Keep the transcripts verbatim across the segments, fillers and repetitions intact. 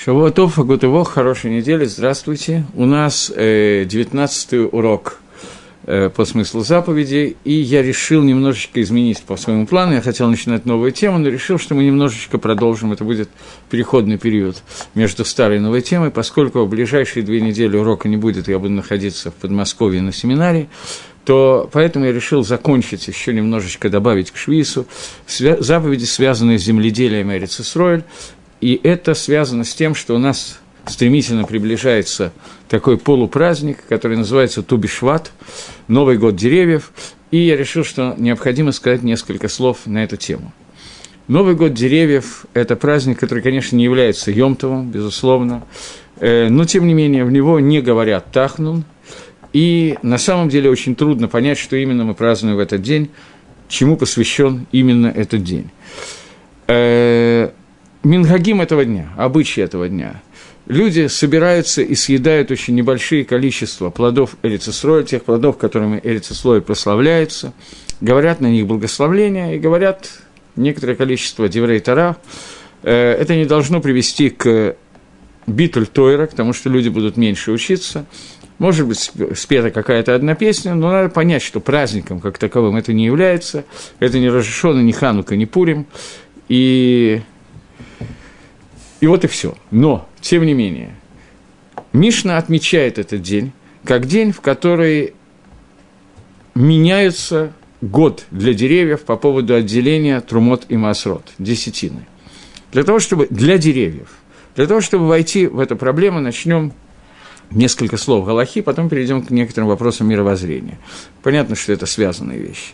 Шавуа Тов, Агутывох, хорошей недели, здравствуйте. У нас э, девятнадцатый урок э, по смыслу заповедей, и я решил немножечко изменить по своему плану. Я хотел начинать новую тему, но решил, что мы немножечко продолжим. Это будет переходный период между старой и новой темой, поскольку в ближайшие две недели урока не будет, я буду находиться в Подмосковье на семинаре, то поэтому я решил закончить, еще немножечко добавить к Швису свя- заповеди, связанные с земледелием Эрец Исроэль. И это связано с тем, что у нас стремительно приближается такой полупраздник, который называется Ту-би-Шват, Новый год деревьев, и я решил, что необходимо сказать несколько слов на эту тему. Новый год деревьев – это праздник, который, конечно, не является Йом-Товом, безусловно, но, тем не менее, в него не говорят Тахнун, и на самом деле очень трудно понять, что именно мы празднуем в этот день, чему посвящен именно этот день. Минхагим этого дня, обычаи этого дня. Люди собираются и съедают очень небольшие количества плодов Эрец Исроэль, тех плодов, которыми Эрец Исроэль прославляется, говорят на них благословления и говорят некоторое количество Деврей Тора. Это не должно привести к битуль Тойра, к тому, что люди будут меньше учиться. Может быть, спета какая-то одна песня, но надо понять, что праздником как таковым это не является. Это не Рош ха-Шана, ни Ханука, ни Пурим. И... И вот и все. Но, тем не менее, Мишна отмечает этот день как день, в который меняется год для деревьев по поводу отделения трумот и маасрот, десятины. Для того, чтобы для деревьев, для того, чтобы войти в эту проблему, начнем несколько слов галахи, потом перейдем к некоторым вопросам мировоззрения. Понятно, что это связанные вещи.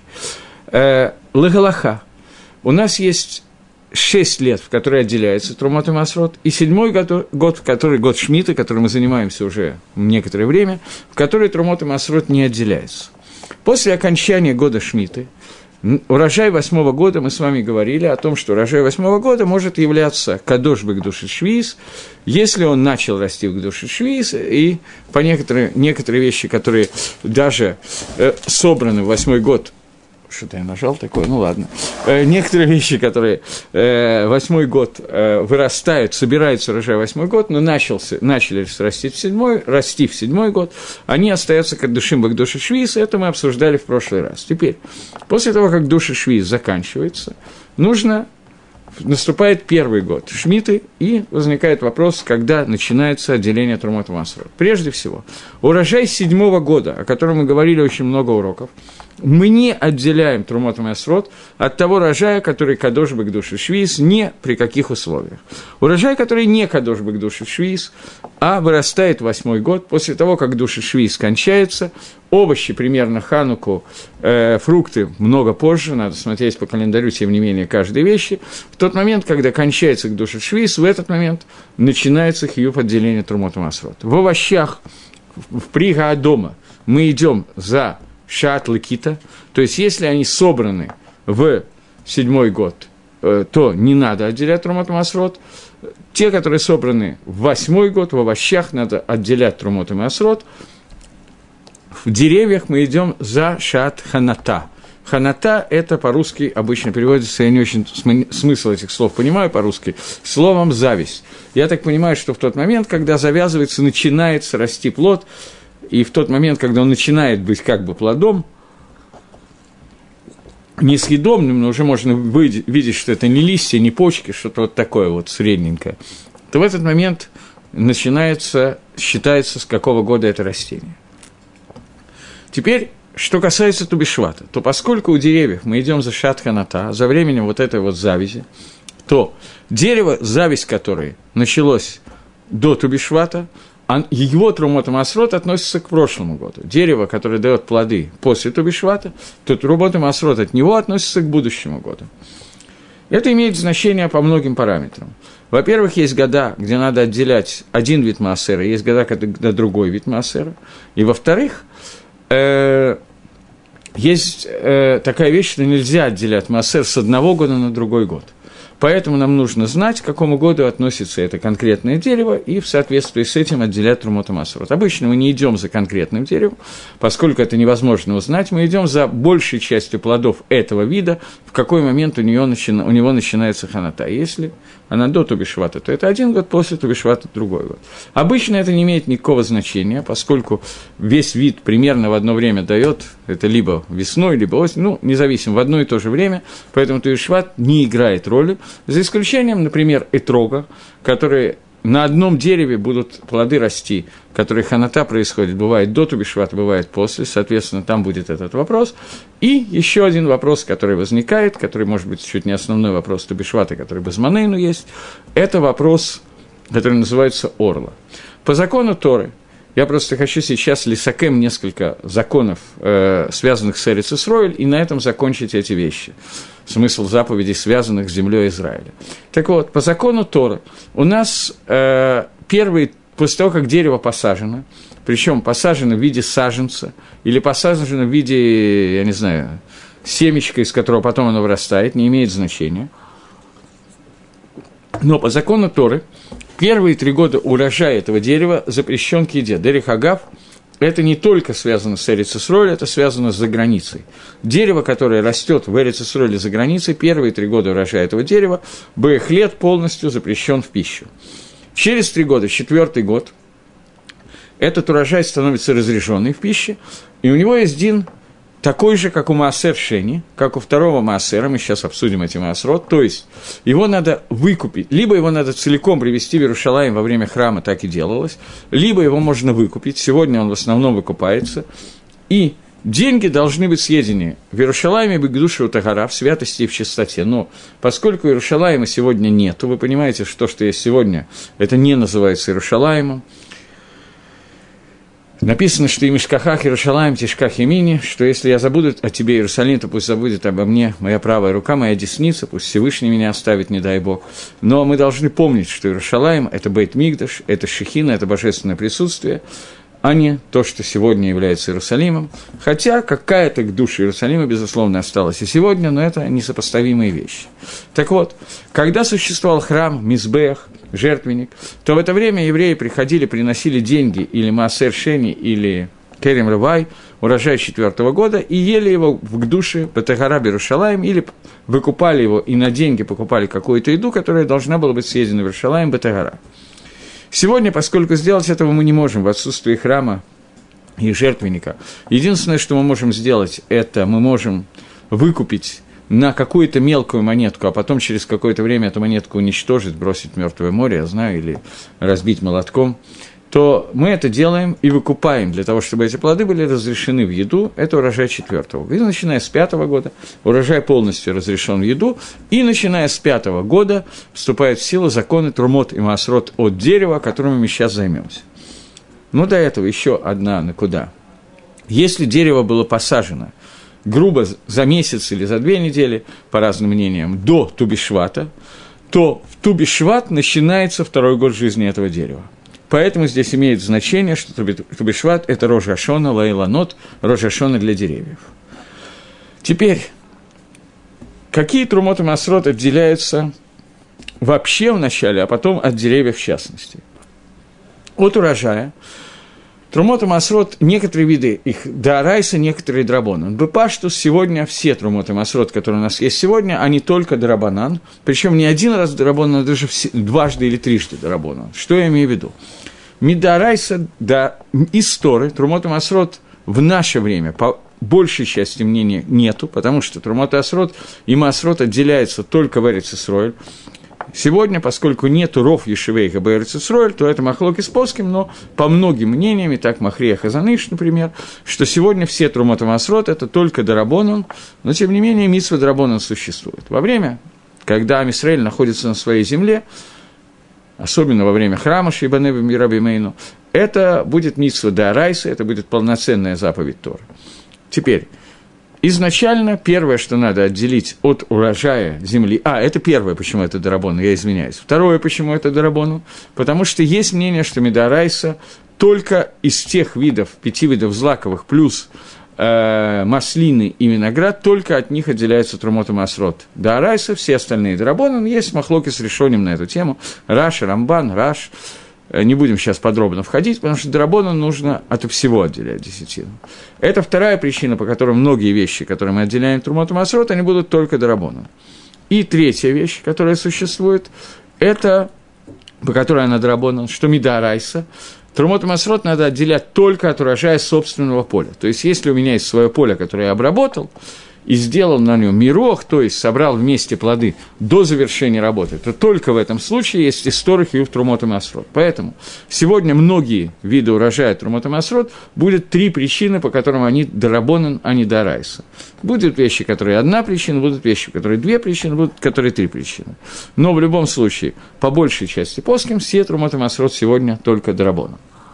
Легалаха. У нас есть шесть лет, в которые отделяется Трумот и Маасрот, и седьмой год, год, в который год Шмиты, которым мы занимаемся уже некоторое время, в который Трумот и Маасрот не отделяется. После окончания года Шмиты, урожай восьмого года, мы с вами говорили о том, что урожай восьмого года может являться кадош бекдуши швиис, если он начал расти в кдуши швиис, и по некоторые, некоторые вещи, которые даже э, собраны в восьмой год. Что-то я нажал такое, ну ладно. Э, некоторые вещи, которые э, восьмой год э, вырастают, собираются урожай восьмой год, но начался, начали расти в седьмой, расти в седьмой год, они остаются как душим бакдуши швиз, это мы обсуждали в прошлый раз. Теперь, после того, как души швиз заканчивается, нужно, наступает первый год Шмиты, и возникает вопрос, когда начинается отделение Трумот и Маасрот. Прежде всего, урожай седьмого года, о котором мы говорили очень много уроков, мы не отделяем Трумот и Маасрот от того урожая, который кадош бекдуши швиз, ни при каких условиях. Урожай, который не кадош бекдуши швиз, а вырастает восьмой год, после того, как души швиз кончается, овощи примерно хануку, э, фрукты много позже, надо смотреть по календарю, тем не менее, каждой вещи. В тот момент, когда кончается души швиз, в этот момент начинается хиюв отделения Трумот и Маасрот. В овощах, в прига дома мы идем за шаат лекита, то есть если они собраны в седьмой год, то не надо отделять Трумот и Маасрот. Те, которые собраны в восьмой год, в овощах надо отделять Трумот и Маасрот. В деревьях мы идем за шаат ханата. Ханата – это по-русски обычно переводится, я не очень смысл этих слов понимаю по-русски, словом «зависть». Я так понимаю, что в тот момент, когда завязывается, начинается расти плод, и в тот момент, когда он начинает быть как бы плодом, несъедобным, но уже можно видеть, что это не листья, не почки, что-то вот такое вот средненькое, то в этот момент начинается, считается, с какого года это растение. Теперь, что касается Ту-би-Швата, то поскольку у деревьев мы идем за шаат ханата, за временем вот этой вот завязи, то дерево, зависть которой началось до Ту-би-Швата, его Трумот и Маасрот относится к прошлому году. Дерево, которое дает плоды после Ту-би-Швата, то Трумот и Маасрот от него относится к будущему году. Это имеет значение по многим параметрам. Во-первых, есть года, где надо отделять один вид маасера, есть года, когда другой вид маасера. И во-вторых, э, есть э, такая вещь, что нельзя отделять маасер с одного года на другой год. Поэтому нам нужно знать, к какому году относится это конкретное дерево, и в соответствии с этим отделять Трумот и Маасрот. Обычно мы не идем за конкретным деревом, поскольку это невозможно узнать, мы идем за большей частью плодов этого вида, в какой момент у, нее начи... у него начинается ханата. Если она до Тубишвата, то это один год, после Тубишвата – другой год. Обычно это не имеет никакого значения, поскольку весь вид примерно в одно время дает, это либо весной, либо осенью, ну, независимо, в одно и то же время, поэтому Тубишват не играет роли, за исключением, например, этрога, которые на одном дереве будут плоды расти, которые ханата происходит, бывает до Тубишвата, бывает после, соответственно, там будет этот вопрос. И еще один вопрос, который возникает, который, может быть, чуть не основной вопрос Тубишвата, который Базманейну есть, это вопрос, который называется орла. По закону Торы, я просто хочу сейчас лисакем несколько законов, э, связанных с Эрец Исроэль, и на этом закончить эти вещи. Смысл заповедей, связанных с землей Израиля. Так вот, по закону Торы у нас э, первый, после того, как дерево посажено, причем посажено в виде саженца, или посажено в виде, я не знаю, семечка, из которого потом оно вырастает, не имеет значения. Но по закону Торы первые три года урожая этого дерева запрещен к еде. Дерих Агав – это не только связано с Эрец Исроэль, это связано с заграницей. Дерево, которое растет в Эрец Исроэль за границей, первые три года урожая этого дерева, бэхлет полностью запрещен в пищу. Через три года, четвертый год, этот урожай становится разрешенный в пище, и у него есть дин такой же, как у Маасер Шени, как у второго Маасера, мы сейчас обсудим эти Маасрот, то есть его надо выкупить, либо его надо целиком привезти в Иерушалаим во время храма, так и делалось, либо его можно выкупить, сегодня он в основном выкупается, и деньги должны быть съедены в Иерушалайме, Бегдуше у Тагара, в святости и в чистоте, но поскольку Иерушалайма сегодня нету, вы понимаете, что то, что есть сегодня, это не называется Иерушалаймом. Написано, что и Мишкахах Иерушалаим Тишках Ямини, что если я забуду о тебе, Иерусалим, то пусть забудет обо мне моя правая рука, моя десница, пусть Всевышний меня оставит, не дай Бог. Но мы должны помнить, что Иерушалаим – это Бейт Мигдаш, это Шехина, это божественное присутствие, а не то, что сегодня является Иерусалимом. Хотя какая-то к душе Иерусалима, безусловно, осталась и сегодня, но это несопоставимые вещи. Так вот, когда существовал храм, мизбех, жертвенник, то в это время евреи приходили, приносили деньги или маасер шени, или керем рывай, урожай четвертого года, и ели его в гдуше Батагара Иерушалаим, или выкупали его и на деньги покупали какую-то еду, которая должна была быть съедена в Иерушалаим Батагара. Сегодня, поскольку сделать этого мы не можем в отсутствии храма и жертвенника, единственное, что мы можем сделать, это мы можем выкупить на какую-то мелкую монетку, а потом через какое-то время эту монетку уничтожить, бросить в Мёртвое море, я знаю, или разбить молотком, то мы это делаем и выкупаем для того, чтобы эти плоды были разрешены в еду, это урожай четвертого года. И начиная с пятого года урожай полностью разрешен в еду, и начиная с пятого года вступают в силу законы Трумот и Маасрот от дерева, которыми мы сейчас займемся. Но до этого еще одна накуда. Если дерево было посажено грубо за месяц или за две недели, по разным мнениям, до Тубишвата, то в Тубишват начинается второй год жизни этого дерева. Поэтому здесь имеет значение, что Тубишват – это Рош Гашона, Лаиланот, Рош Гашона для деревьев. Теперь, какие Трумот и Маасрот отделяются вообще в начале, а потом от деревьев в частности? От урожая. Трумот и Маасрот, некоторые виды их Даарайса, некоторые Драбонан. Бепаштус сегодня все Трумот и Маасрот, которые у нас есть сегодня, они только Драбанан. Причем не один раз Драбонан, а даже все, дважды или трижды Драбонан. Что я имею в виду? Мидаарайса, да, из Торы, Трумот и Маасрот в наше время, по большей части мнения, нету, потому что Трумот и Маасрот и Маасрот отделяются только в Эрец Исроэль. Сегодня, поскольку нету ров Ешивейха Бээрец Исроэль, то это махлоки с плоским, но по многим мнениям, и так Махрия Хазаныш, например, что сегодня все Трумот и Маасрот – это только Дарабонан, но, тем не менее, мицва Дарабонан существует. Во время, когда Ам Исраэль находится на своей земле, особенно во время храма Шейбанеба и Раби Мейну, это будет мицва Даарайса, это будет полноценная заповедь Торы. Теперь, изначально первое, что надо отделить от урожая земли... А, это первое, почему это Дарабону, я извиняюсь. Второе, почему это Дарабону, потому что есть мнение, что Мидаарайса только из тех видов, пяти видов злаковых, плюс э, маслины и виноград, только от них отделяются Трумот и Маасрот. Даарайса, все остальные Дарабону, есть махлоки с решением на эту тему. Раш, Рамбан, Раш... Не будем сейчас подробно входить, потому что Дарабону нужно от всего отделять десятину. Это вторая причина, по которой многие вещи, которые мы отделяем Трумот и Маасрот, они будут только Дарабону. И третья вещь, которая существует, это, по которой она драбонан, что мидарайса, трумот масрот надо отделять только от урожая собственного поля. То есть, если у меня есть свое поле, которое я обработал, и сделал на нем мирох, то есть собрал вместе плоды до завершения работы, то только в этом случае есть история хиюв трумот масрот. Поэтому сегодня многие виды урожая трумот масрот будет три причины, по которым они дарабонан, а не дарайса. Будут вещи, которые одна причина, будут вещи, которые две причины, будут которые три причины. Но в любом случае, по большей части поским, все трумот масрот сегодня только дарабонан.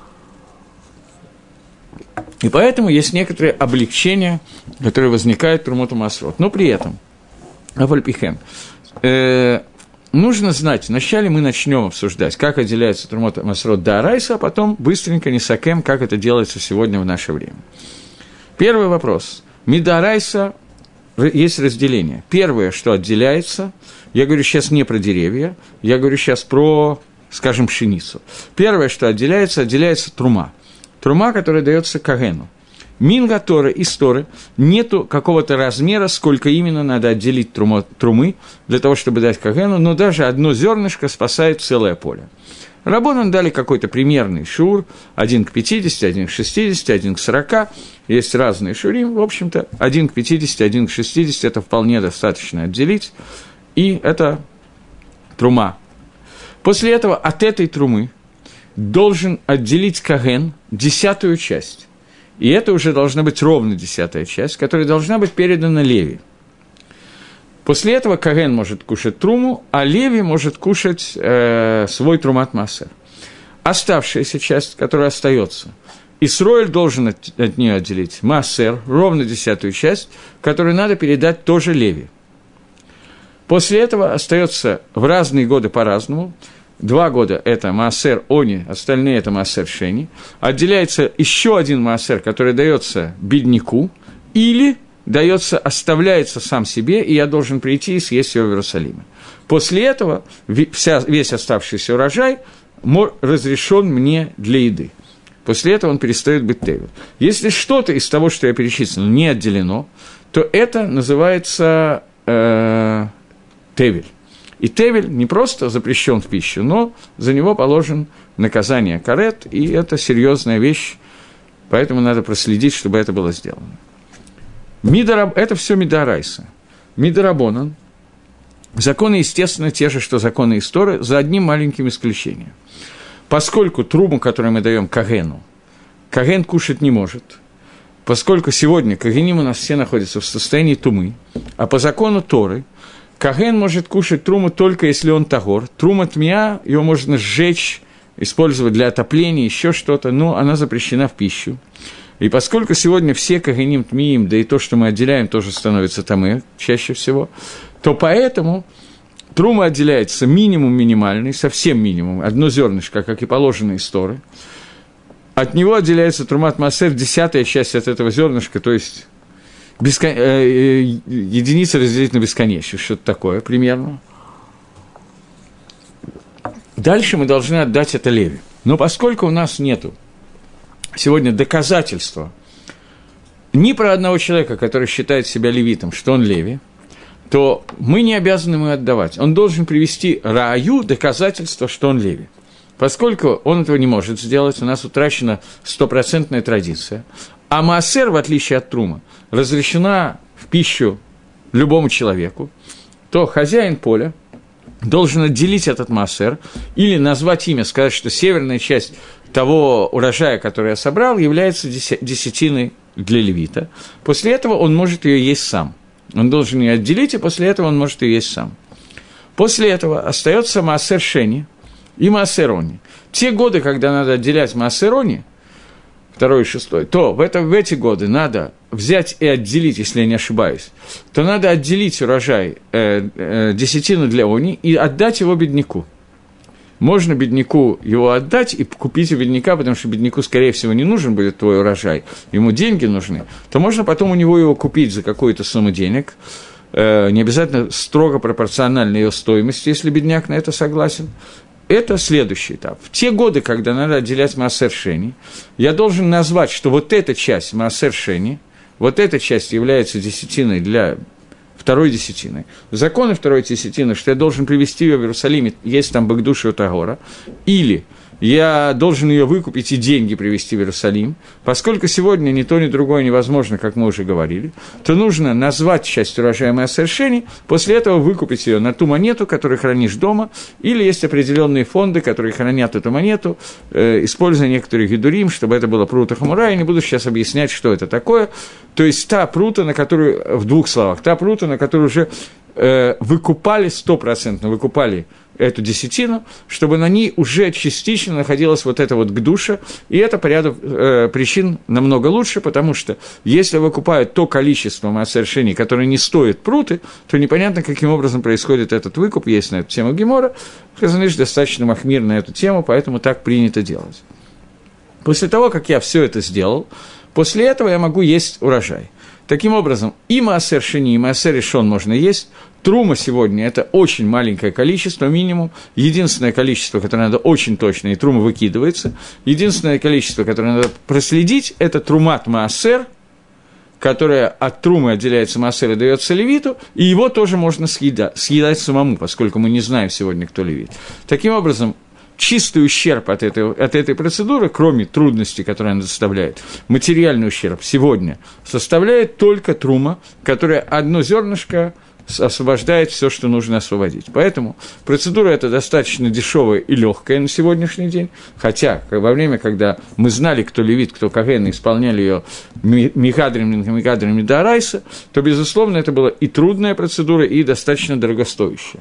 И поэтому есть некоторые облегчения, которые возникают в Трумот масрот. Но при этом, Афальпихем, э, нужно знать, вначале мы начнем обсуждать, как отделяется Трумот масрот до Арайса, а потом быстренько несакем, как это делается сегодня в наше время. Первый вопрос. Мида Арайса есть разделение. Первое, что отделяется, я говорю сейчас не про деревья, я говорю сейчас про, скажем, пшеницу. Первое, что отделяется, отделяется трума. Трума, которая дается кагену. Минга Торы из Торы нету какого-то размера, сколько именно надо отделить трумо, трумы для того, чтобы дать кагену, но даже одно зернышко спасает целое поле. Рабонан дали какой-то примерный шур, один к пятидесяти, один к шестидесяти, один к сорока, есть разные шурим, в общем-то, один к пятидесяти, один к шестидесяти, это вполне достаточно отделить, и это трума. После этого от этой трумы должен отделить каген десятую часть. И это уже должна быть ровно десятая часть, которая должна быть передана Леви. После этого каген может кушать труму, а Леви может кушать э, свой трумат маасер. Оставшаяся часть, которая остается, Исроэль должен от, от нее отделить маасер, ровно десятую часть, которую надо передать тоже Леви. После этого остается в разные годы по-разному. Два года – это маасер они, остальные – это маасер шени. Отделяется еще один маасер, который дается бедняку, или дается, оставляется сам себе, и я должен прийти и съесть его в Иерусалиме. После этого вся, весь оставшийся урожай разрешен мне для еды. После этого он перестает быть тевель. Если что-то из того, что я перечислил, не отделено, то это называется э, тевель. И тевель не просто запрещен в пищу, но за него положен наказание карет, и это серьезная вещь, поэтому надо проследить, чтобы это было сделано. Мидараб, это все мидарайса. Мидарабонан. Законы, естественно, те же, что законы из Торы, за одним маленьким исключением. Поскольку труму, которую мы даем кагену, каген кушать не может, поскольку сегодня кагеним у нас все находятся в состоянии тумы, а по закону Торы каген может кушать труму только если он тагор. Трума тмия, его можно сжечь, использовать для отопления, еще что-то, но она запрещена в пищу. И поскольку сегодня все кагеним тмиим, да и то, что мы отделяем, тоже становится тамэ чаще всего, то поэтому трума отделяется минимум минимальный, совсем минимум, одно зернышко, как и положено из Торы. От него отделяется трумат маасер, десятая часть от этого зернышка, то есть Бескон... Э, единица разделить на бесконечность, что-то такое примерно. Дальше мы должны отдать это Леви. Но поскольку у нас нету сегодня доказательства ни про одного человека, который считает себя левитом, что он леви, то мы не обязаны ему отдавать. Он должен привести рааю, доказательство, что он леви. Поскольку он этого не может сделать, у нас утрачена стопроцентная традиция. А маасер, в отличие от трума, разрешена в пищу любому человеку, то хозяин поля должен отделить этот маасер или назвать имя, сказать, что северная часть того урожая, который я собрал, является десятиной для левита. После этого он может ее есть сам. Он должен ее отделить, и после этого он может ее есть сам. После этого остается маасер шени и маасер они. Те годы, когда надо отделять маасер они, второй и шестой, то в, это, в эти годы надо взять и отделить, если я не ошибаюсь, то надо отделить урожай э, э, десятину для они и отдать его бедняку. Можно бедняку его отдать и купить у бедняка, потому что бедняку, скорее всего, не нужен будет твой урожай, ему деньги нужны, то можно потом у него его купить за какую-то сумму денег, э, не обязательно строго пропорционально ее стоимости, если бедняк на это согласен. Это следующий этап. В те годы, когда надо отделять маасер шени, я должен назвать, что вот эта часть маасер шени, вот эта часть является десятиной для второй десятины. Законы второй десятины, что я должен привезти ее в Иерусалим, есть там бэкдуша от Агора, или я должен ее выкупить и деньги привезти в Иерусалим, поскольку сегодня ни то, ни другое невозможно, как мы уже говорили, то нужно назвать часть урожая Маасер Шени, после этого выкупить ее на ту монету, которую хранишь дома, или есть определенные фонды, которые хранят эту монету, э, используя некоторые гидурим, чтобы это было прута хамура. Я не буду сейчас объяснять, что это такое. То есть та прута, на которую, в двух словах, та прута, на которую уже э, выкупали, стопроцентно выкупали эту десятину, чтобы на ней уже частично находилась вот эта вот гдуша, и это по ряду э, причин намного лучше, потому что если выкупают то количество Маасер Шени, которое не стоит пруты, то непонятно, каким образом происходит этот выкуп, есть на эту тему Гемора, Хазон Иш достаточно махмир на эту тему, поэтому так принято делать. После того, как я все это сделал, после этого я могу есть урожай. Таким образом, и Маасер Шени, и Маасер Ришон можно есть. Трума сегодня – это очень маленькое количество, минимум. Единственное количество, которое надо очень точно, и трума выкидывается. Единственное количество, которое надо проследить – это трумат Маасер, которое от трумы отделяется Маасер и дается левиту, и его тоже можно съедать, съедать самому, поскольку мы не знаем сегодня, кто левит. Таким образом, чистый ущерб от этой, от этой процедуры, кроме трудностей, которые она доставляет, материальный ущерб сегодня составляет только трума, которая одно зернышко освобождает все, что нужно освободить. Поэтому процедура эта достаточно дешевая и легкая на сегодняшний день, хотя во время, когда мы знали, кто левит, кто коген, и исполняли ее мигадрим, мигадрим и дарайса, то, безусловно, это была и трудная процедура, и достаточно дорогостоящая.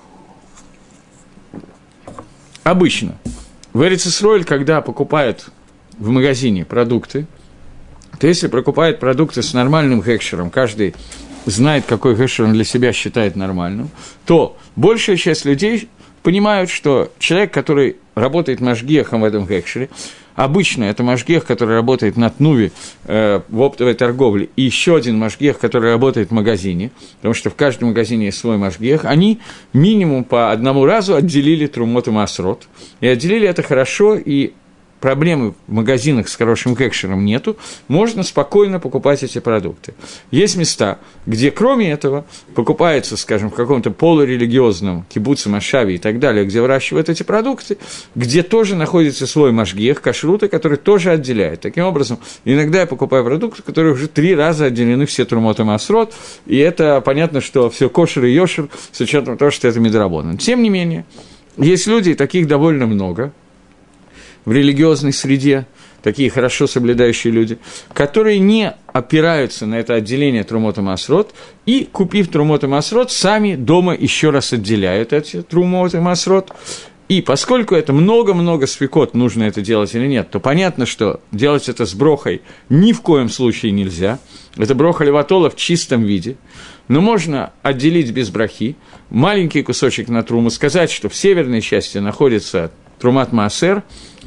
Обычно в Эрец Исроэль, когда покупают в магазине продукты, то если покупают продукты с нормальным хекшером, каждый знает, какой хешер он для себя считает нормальным, то большая часть людей понимают, что человек, который работает машгехом в этом хекшере, обычно это машгех, который работает на тнуве э, в оптовой торговле, и еще один машгех, который работает в магазине, потому что в каждом магазине есть свой машгех, они минимум по одному разу отделили трумот и маасрот, и отделили это хорошо, и проблемы в магазинах с хорошим кэкшером нету, можно спокойно покупать эти продукты. Есть места, где кроме этого покупается, скажем, в каком-то полурелигиозном кибуце, машаве и так далее, где выращивают эти продукты, где тоже находится свой машгех, кашрута, который тоже отделяет. Таким образом, иногда я покупаю продукты, которые уже три раза отделены все трумот и маасрот, и это понятно, что все кошер и йошер, с учетом того, что это мидрабонан. Тем не менее, есть люди, и таких довольно много, в религиозной среде, такие хорошо соблюдающие люди, которые не опираются на это отделение трумот и маасрот, и, купив трумот и маасрот, сами дома еще раз отделяют эти трумот и маасрот. И поскольку это много-много свекот, нужно это делать или нет, то понятно, что делать это с брохой ни в коем случае нельзя. Это броха леватола в чистом виде. Но можно отделить без брахи маленький кусочек на труму, сказать, что в северной части находится трумат маасер,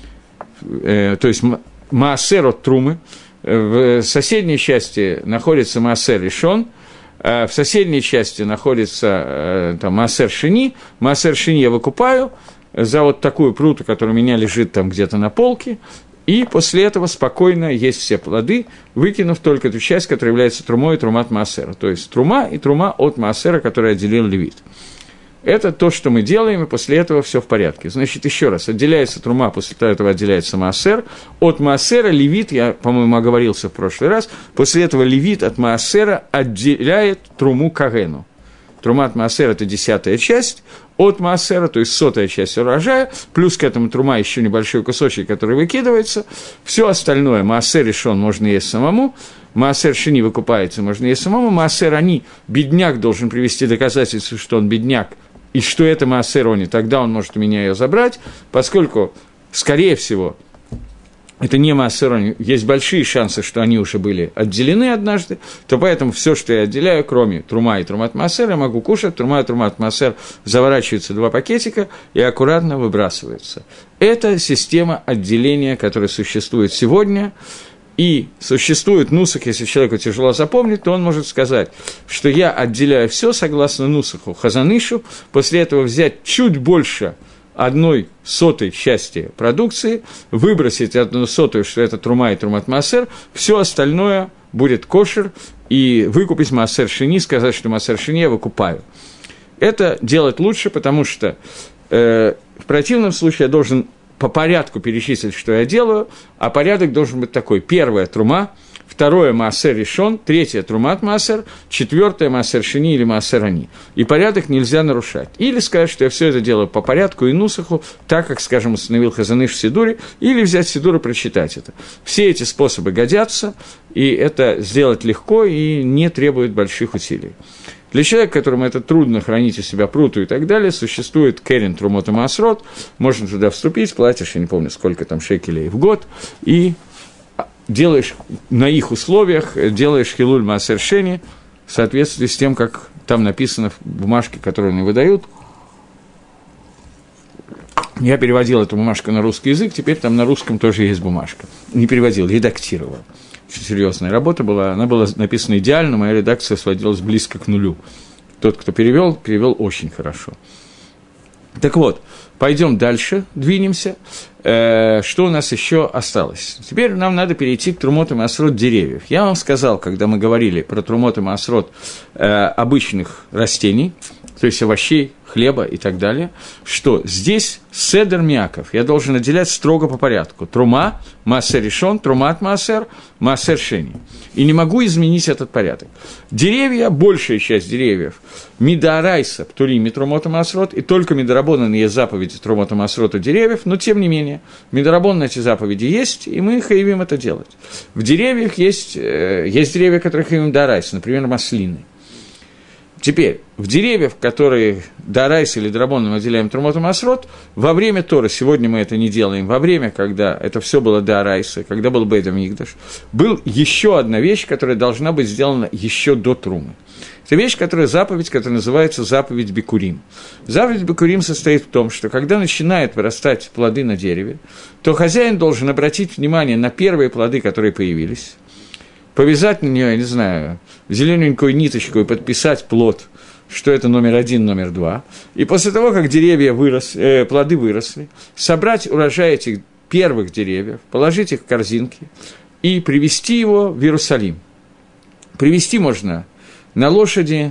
то есть маасер от трумы, в соседней части находится маасер ришон, в соседней части находится там, маасер шени, маасер шени я выкупаю за вот такую пруту, которая у меня лежит там где-то на полке, и после этого спокойно есть все плоды, выкинув только ту часть, которая является трумой и трумат маасера, то есть трума и трума от маасера, который отделил левит. Это то, что мы делаем, и после этого все в порядке. Значит, еще раз, отделяется трума, после этого отделяется маасер. От маасера левит, я, по-моему, оговорился в прошлый раз, после этого левит от маасера отделяет труму кагену. Трума от маасера – это десятая часть, от маасера, то есть сотая часть урожая, плюс к этому трума еще небольшой кусочек, который выкидывается. Все остальное, маасер решен, можно есть самому. Маасер шени выкупается, можно есть самому. Маасер они, бедняк должен привести доказательство, что он бедняк, и что это маасер они, тогда он может у меня ее забрать, поскольку, скорее всего, это не маасер они, есть большие шансы, что они уже были отделены однажды, то поэтому все, что я отделяю, кроме трума и трумат маасер, я могу кушать. Трума и трумат маасер заворачиваются в два пакетика и аккуратно выбрасываются. Это система отделения, которая существует сегодня. И существует нусах, если человеку тяжело запомнить, то он может сказать, что я отделяю все согласно нусаху хазанышу, после этого взять чуть больше одной сотой части продукции, выбросить одну сотую, что это трума и трумат маасер, все остальное будет кошер, и выкупить маасер шени, сказать, что маасер шени я выкупаю. Это делать лучше, потому что э, в противном случае я должен по порядку перечислить, что я делаю, а порядок должен быть такой. Первое – трума, второе – маасер решон, третье – трумат маасер, четвертое – маасер шени или маасер ани. И порядок нельзя нарушать. Или сказать, что я все это делаю по порядку и нусаху, так, как, скажем, установил Хазаныш в Сидуре, или взять Сидур и прочитать это. Все эти способы годятся, и это сделать легко и не требует больших усилий. Для человека, которому это трудно хранить у себя пруту и так далее, существует керен трумот и маасрот, можно туда вступить, платишь, я не помню, сколько там шекелей в год, и делаешь на их условиях, делаешь хилуль маасер шени в соответствии с тем, как там написано в бумажке, которую они выдают. Я переводил эту бумажку на русский язык, теперь там на русском тоже есть бумажка. Не переводил, редактировал. Очень серьезная работа была, она была написана идеально, моя редакция сводилась близко к нулю. Тот, кто перевел, перевел очень хорошо. Так вот, пойдем дальше, двинемся. Э, что у нас еще осталось? Теперь нам надо перейти к трумот и маасрот деревьев. Я вам сказал, когда мы говорили про трумот и маасрот э, обычных растений, то есть овощей, хлеба и так далее, что здесь седер мяков, я должен отделять строго по порядку. Трума, маасер решон, трумат маасер, маасер шени. И не могу изменить этот порядок. Деревья, большая часть деревьев, мидарайса, птури, митрумота маасрот, и только мидарабонан есть заповеди трумота маасрота деревьев, но тем не менее, мидарабонан эти заповеди есть, и мы хаевим это делать. В деревьях есть, э, есть деревья, которые хаевим дарайса, например, маслины. Теперь, в деревьях, которые дарайс или драбон мы отделяем трумот и маасрот, во время Торы, сегодня мы это не делаем, во время, когда это все было дарайса, когда был бейт амикдаш, был еще одна вещь, которая должна быть сделана еще до трумы. Это вещь, которая заповедь, которая называется заповедь бикурим. Заповедь бикурим состоит в том, что когда начинают вырастать плоды на дереве, то хозяин должен обратить внимание на первые плоды, которые появились, повязать на нее, я не знаю, зелененькую ниточку и подписать плод, что это номер один, номер два. И после того, как деревья выросли, э, плоды выросли, собрать урожай этих первых деревьев, положить их в корзинки и привезти его в Иерусалим. Привезти можно на лошади,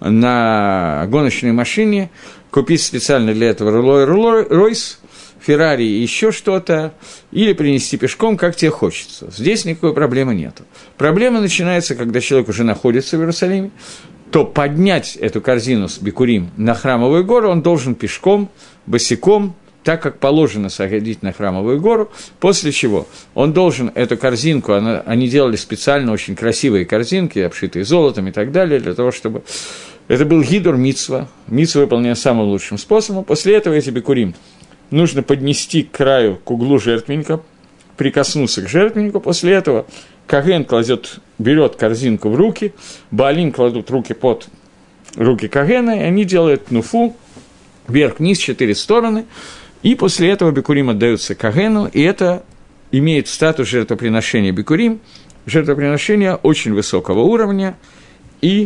на гоночной машине, купить специально для этого Роллс-Ройс, Феррари и еще что-то, или принести пешком, как тебе хочется. Здесь никакой проблемы нет. Проблема начинается, когда человек уже находится в Иерусалиме, то поднять эту корзину с бикурим на Храмовую гору он должен пешком, босиком, так как положено сходить на Храмовую гору, после чего он должен эту корзинку, она, они делали специально очень красивые корзинки, обшитые золотом и так далее, для того, чтобы... Это был гидур мицва, мицва выполнена самым лучшим способом. После этого эти бикурим нужно поднести к краю, к углу жертвенника, прикоснуться к жертвеннику. После этого коген кладет, берет корзинку в руки, баалим кладут руки под руки когена, и они делают нуфу, вверх-вниз, четыре стороны, и после этого бикурим отдаются когену, и это имеет статус жертвоприношения бикурим, жертвоприношения очень высокого уровня, и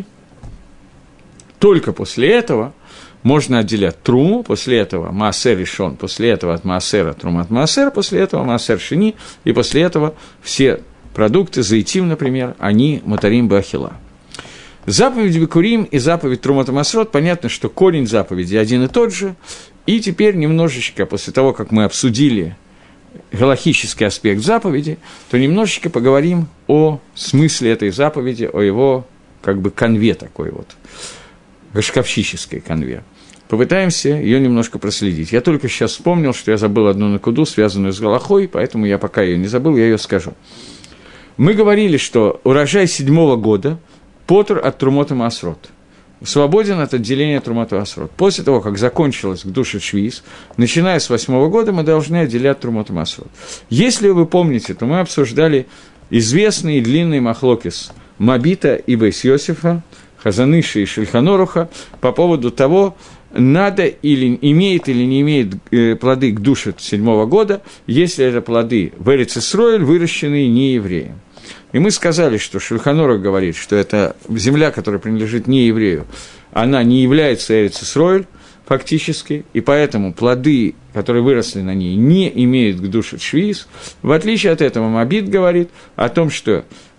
только после этого можно отделять труму, после этого маасер решон, после этого от маасера трумат маасер, после этого маасер шени, и после этого все продукты, заитим, например, они матарим бахила. Заповедь бикурим и заповедь трумат маасрот, понятно, что корень заповеди один и тот же, и теперь немножечко, после того, как мы обсудили галахический аспект заповеди, то немножечко поговорим о смысле этой заповеди, о его, как бы, конве такой вот, гашкавщической конве. Попытаемся ее немножко проследить. Я только сейчас вспомнил, что я забыл одну накуду, связанную с галахой, поэтому я пока ее не забыл, я ее скажу. Мы говорили, что урожай седьмого года потр от трумот и маасрот, свободен от отделения трумот и маасрот. После того, как закончилась гдушат швиис, начиная с восьмого года, мы должны отделять трумот и маасрот. Если вы помните, то мы обсуждали известный и длинный махлокис Мабита и Бейс Йосифа, Хазаныши и Шульхан-Оруха по поводу того, надо или имеет или не имеет э, плоды гдушат седьмого года, если это плоды в Эрец-Исроэль, выращенные не евреем. И мы сказали, что Шульхан-Орух говорит, что это земля, которая принадлежит не еврею, она не является Эрец-Исроэль фактически, и поэтому плоды, которые выросли на ней, не имеют гдушат швиис. В отличие от этого Мабит говорит о том, что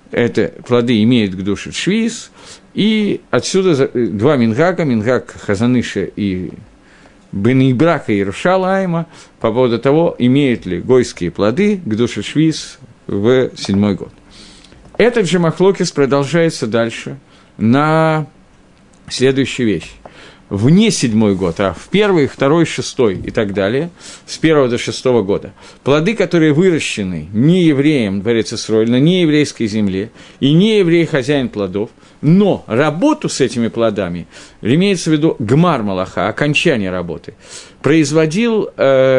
это плоды имеют к душе швиз, и отсюда два мингага, мингаг Хазаныша и Бен-Ибрака и Иерушалаима по поводу того, имеют ли гойские плоды к душе швиз в седьмой год. Этот же махлокис продолжается дальше на следующую вещь. Вне седьмой год, а в первый, второй, шестой и так далее, с первого до шестого года, плоды, которые выращены не евреем, дворец Исроэль, на нееврейской земле, и не еврей хозяин плодов, но работу с этими плодами, имеется в виду гмар малаха, окончание работы, производил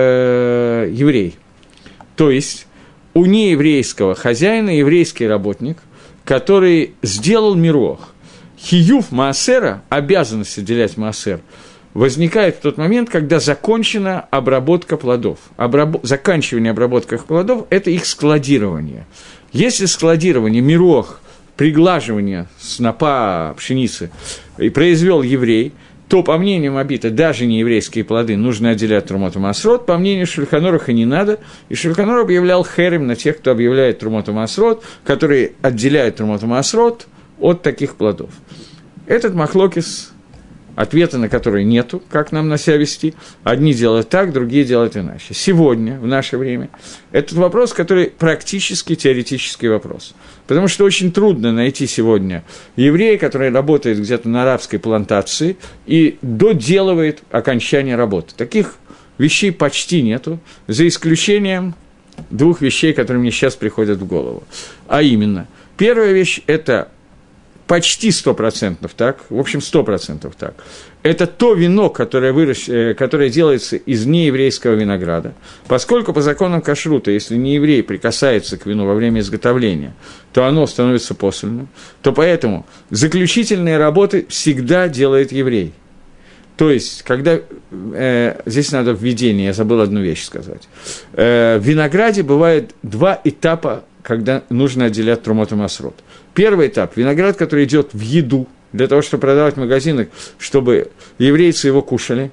э, еврей. То есть у нееврейского хозяина еврейский работник, который сделал мирох. Хиюв маасера, обязанность отделять маасер, возникает в тот момент, когда закончена обработка плодов. Обраб... Заканчивание обработки плодов – это их складирование. Если складирование, мирох, приглаживание снопа пшеницы и произвел еврей, то, по мнению Мабита, даже не еврейские плоды нужно отделять Трумот у'Маасрот, по мнению Шульхан Аруха не надо, и Шульхан Арух объявлял херем на тех, кто объявляет Трумот у'Маасрот, которые отделяют Трумот у'Маасрот от таких плодов. Этот махлокис, ответа на который нету, как нам на себя вести, одни делают так, другие делают иначе. Сегодня, в наше время, этот вопрос, который практически теоретический вопрос. Потому что очень трудно найти сегодня еврея, который работает где-то на арабской плантации и доделывает окончание работы. Таких вещей почти нету, за исключением двух вещей, которые мне сейчас приходят в голову. А именно, первая вещь – это почти сто процентов так, в общем, сто процентов так. Это то вино, которое, выращ... которое делается из нееврейского винограда, поскольку по законам кашрута, если нееврей прикасается к вину во время изготовления, то оно становится посольным, то поэтому заключительные работы всегда делает еврей. То есть, когда, э, здесь надо введение, я забыл одну вещь сказать, э, в винограде бывает два этапа, когда нужно отделять Трумот у'Маасрот. Первый этап – виноград, который идет в еду, для того, чтобы продавать в магазинах, чтобы еврейцы его кушали,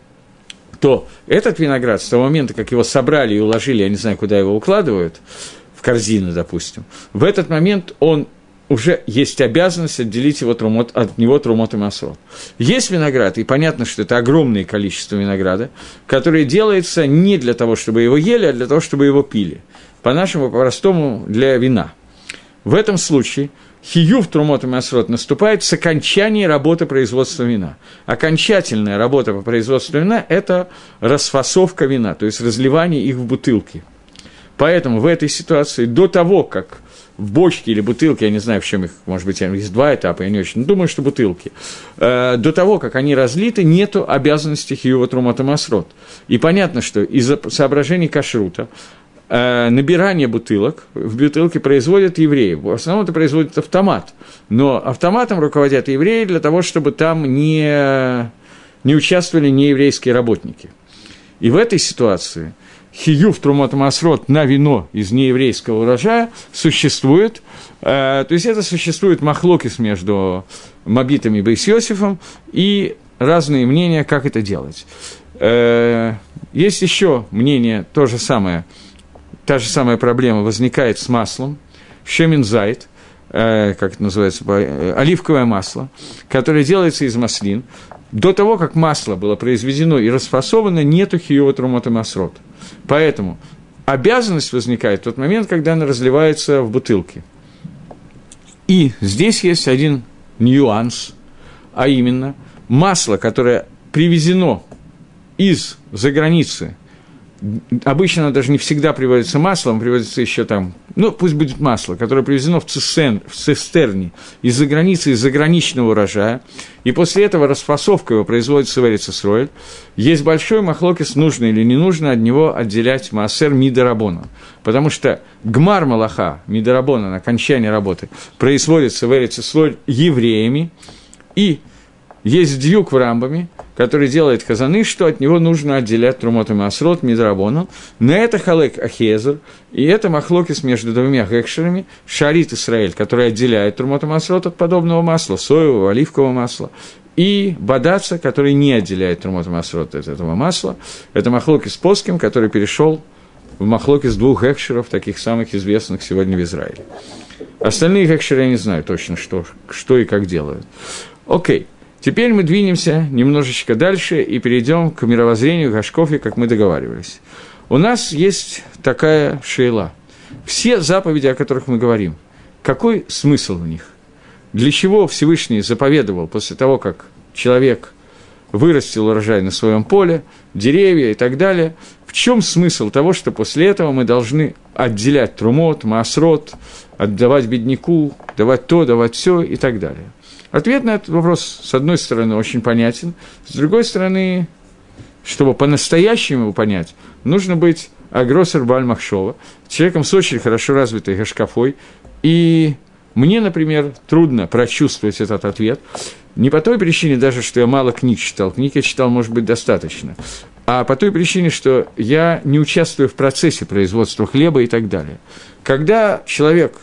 то этот виноград, с того момента, как его собрали и уложили, я не знаю, куда его укладывают, в корзины, допустим, в этот момент он уже есть обязанность отделить его трумот, от него Трумот у'Маасрот. Есть виноград, и понятно, что это огромное количество винограда, которое делается не для того, чтобы его ели, а для того, чтобы его пили. По-нашему, по-простому, для вина. В этом случае хиюв Трумот у'Маасрот наступает с окончания работы производства вина. Окончательная работа по производству вина – это расфасовка вина, то есть разливание их в бутылки. Поэтому в этой ситуации до того, как в бочке или бутылке, я не знаю, в чем их, может быть, есть два этапа, я не очень думаю, что бутылки, э, до того, как они разлиты, нету обязанности хиюва Трумот у'Маасрот. И понятно, что из-за соображений кашрута э, набирание бутылок в бутылке производят евреи. В основном это производит автомат, но автоматом руководят евреи для того, чтобы там не, не участвовали нееврейские работники. И в этой ситуации хиюв Трумот у'Маасрот на вино из нееврейского урожая существует, э, то есть это существует махлокис между Мабитом и Бейс Йосифом, и разные мнения, как это делать. Э, есть еще мнение, то же самое, та же самая проблема возникает с маслом, шемен зайт, э, как это называется, э, оливковое масло, которое делается из маслин. До того, как масло было произведено и расфасовано, нету хиюва Трумот у'Маасрот. Поэтому обязанность возникает в тот момент, когда она разливается в бутылке. И здесь есть один нюанс, а именно масло, которое привезено из-за границы, обычно оно даже не всегда приводится маслом, приводится еще там, ну, пусть будет масло, которое привезено в, цистерн, в цистерне из-за границы, из заграничного урожая, и после этого расфасовка его производится в Эрец Исроэль. Есть большой махлокис, нужно или не нужно от него отделять маасер мидарабонан, потому что гмар малаха, мидарабонан, окончание работы, производится в Эрец Исроэль евреями, и есть дьюк в Рамбаме, который делает Хазаны, что от него нужно отделять Трумот у'Маасрот, мидарабонан. На это халек ахезер, и это махлокис между двумя гекшерами, шарит Исраэль, который отделяет Трумот у'Маасрот от подобного масла, соевого, оливкового масла, и бадаца, который не отделяет Трумот у'Маасрот от этого масла. Это махлокис поским, который перешел в махлоке с двух экшеров, таких самых известных сегодня в Израиле. Остальные экшеры я не знаю точно, что, что и как делают. Окей, теперь мы двинемся немножечко дальше и перейдем к мировоззрению Гашкофи, как мы договаривались. У нас есть такая шейла. Все заповеди, о которых мы говорим, какой смысл в них? Для чего Всевышний заповедовал после того, как человек вырастил урожай на своем поле, деревья и так далее? В чем смысл того, что после этого мы должны отделять трумот, маасрот, отдавать бедняку, давать то, давать все и так далее? Ответ на этот вопрос, с одной стороны, очень понятен, с другой стороны, чтобы по-настоящему его понять, нужно быть агросер баль махшова, человеком с очень хорошо развитой гашкафой, и мне, например, трудно прочувствовать этот ответ, не по той причине даже, что я мало книг читал, книг я читал, может быть, достаточно, а по той причине, что я не участвую в процессе производства хлеба и так далее. Когда человек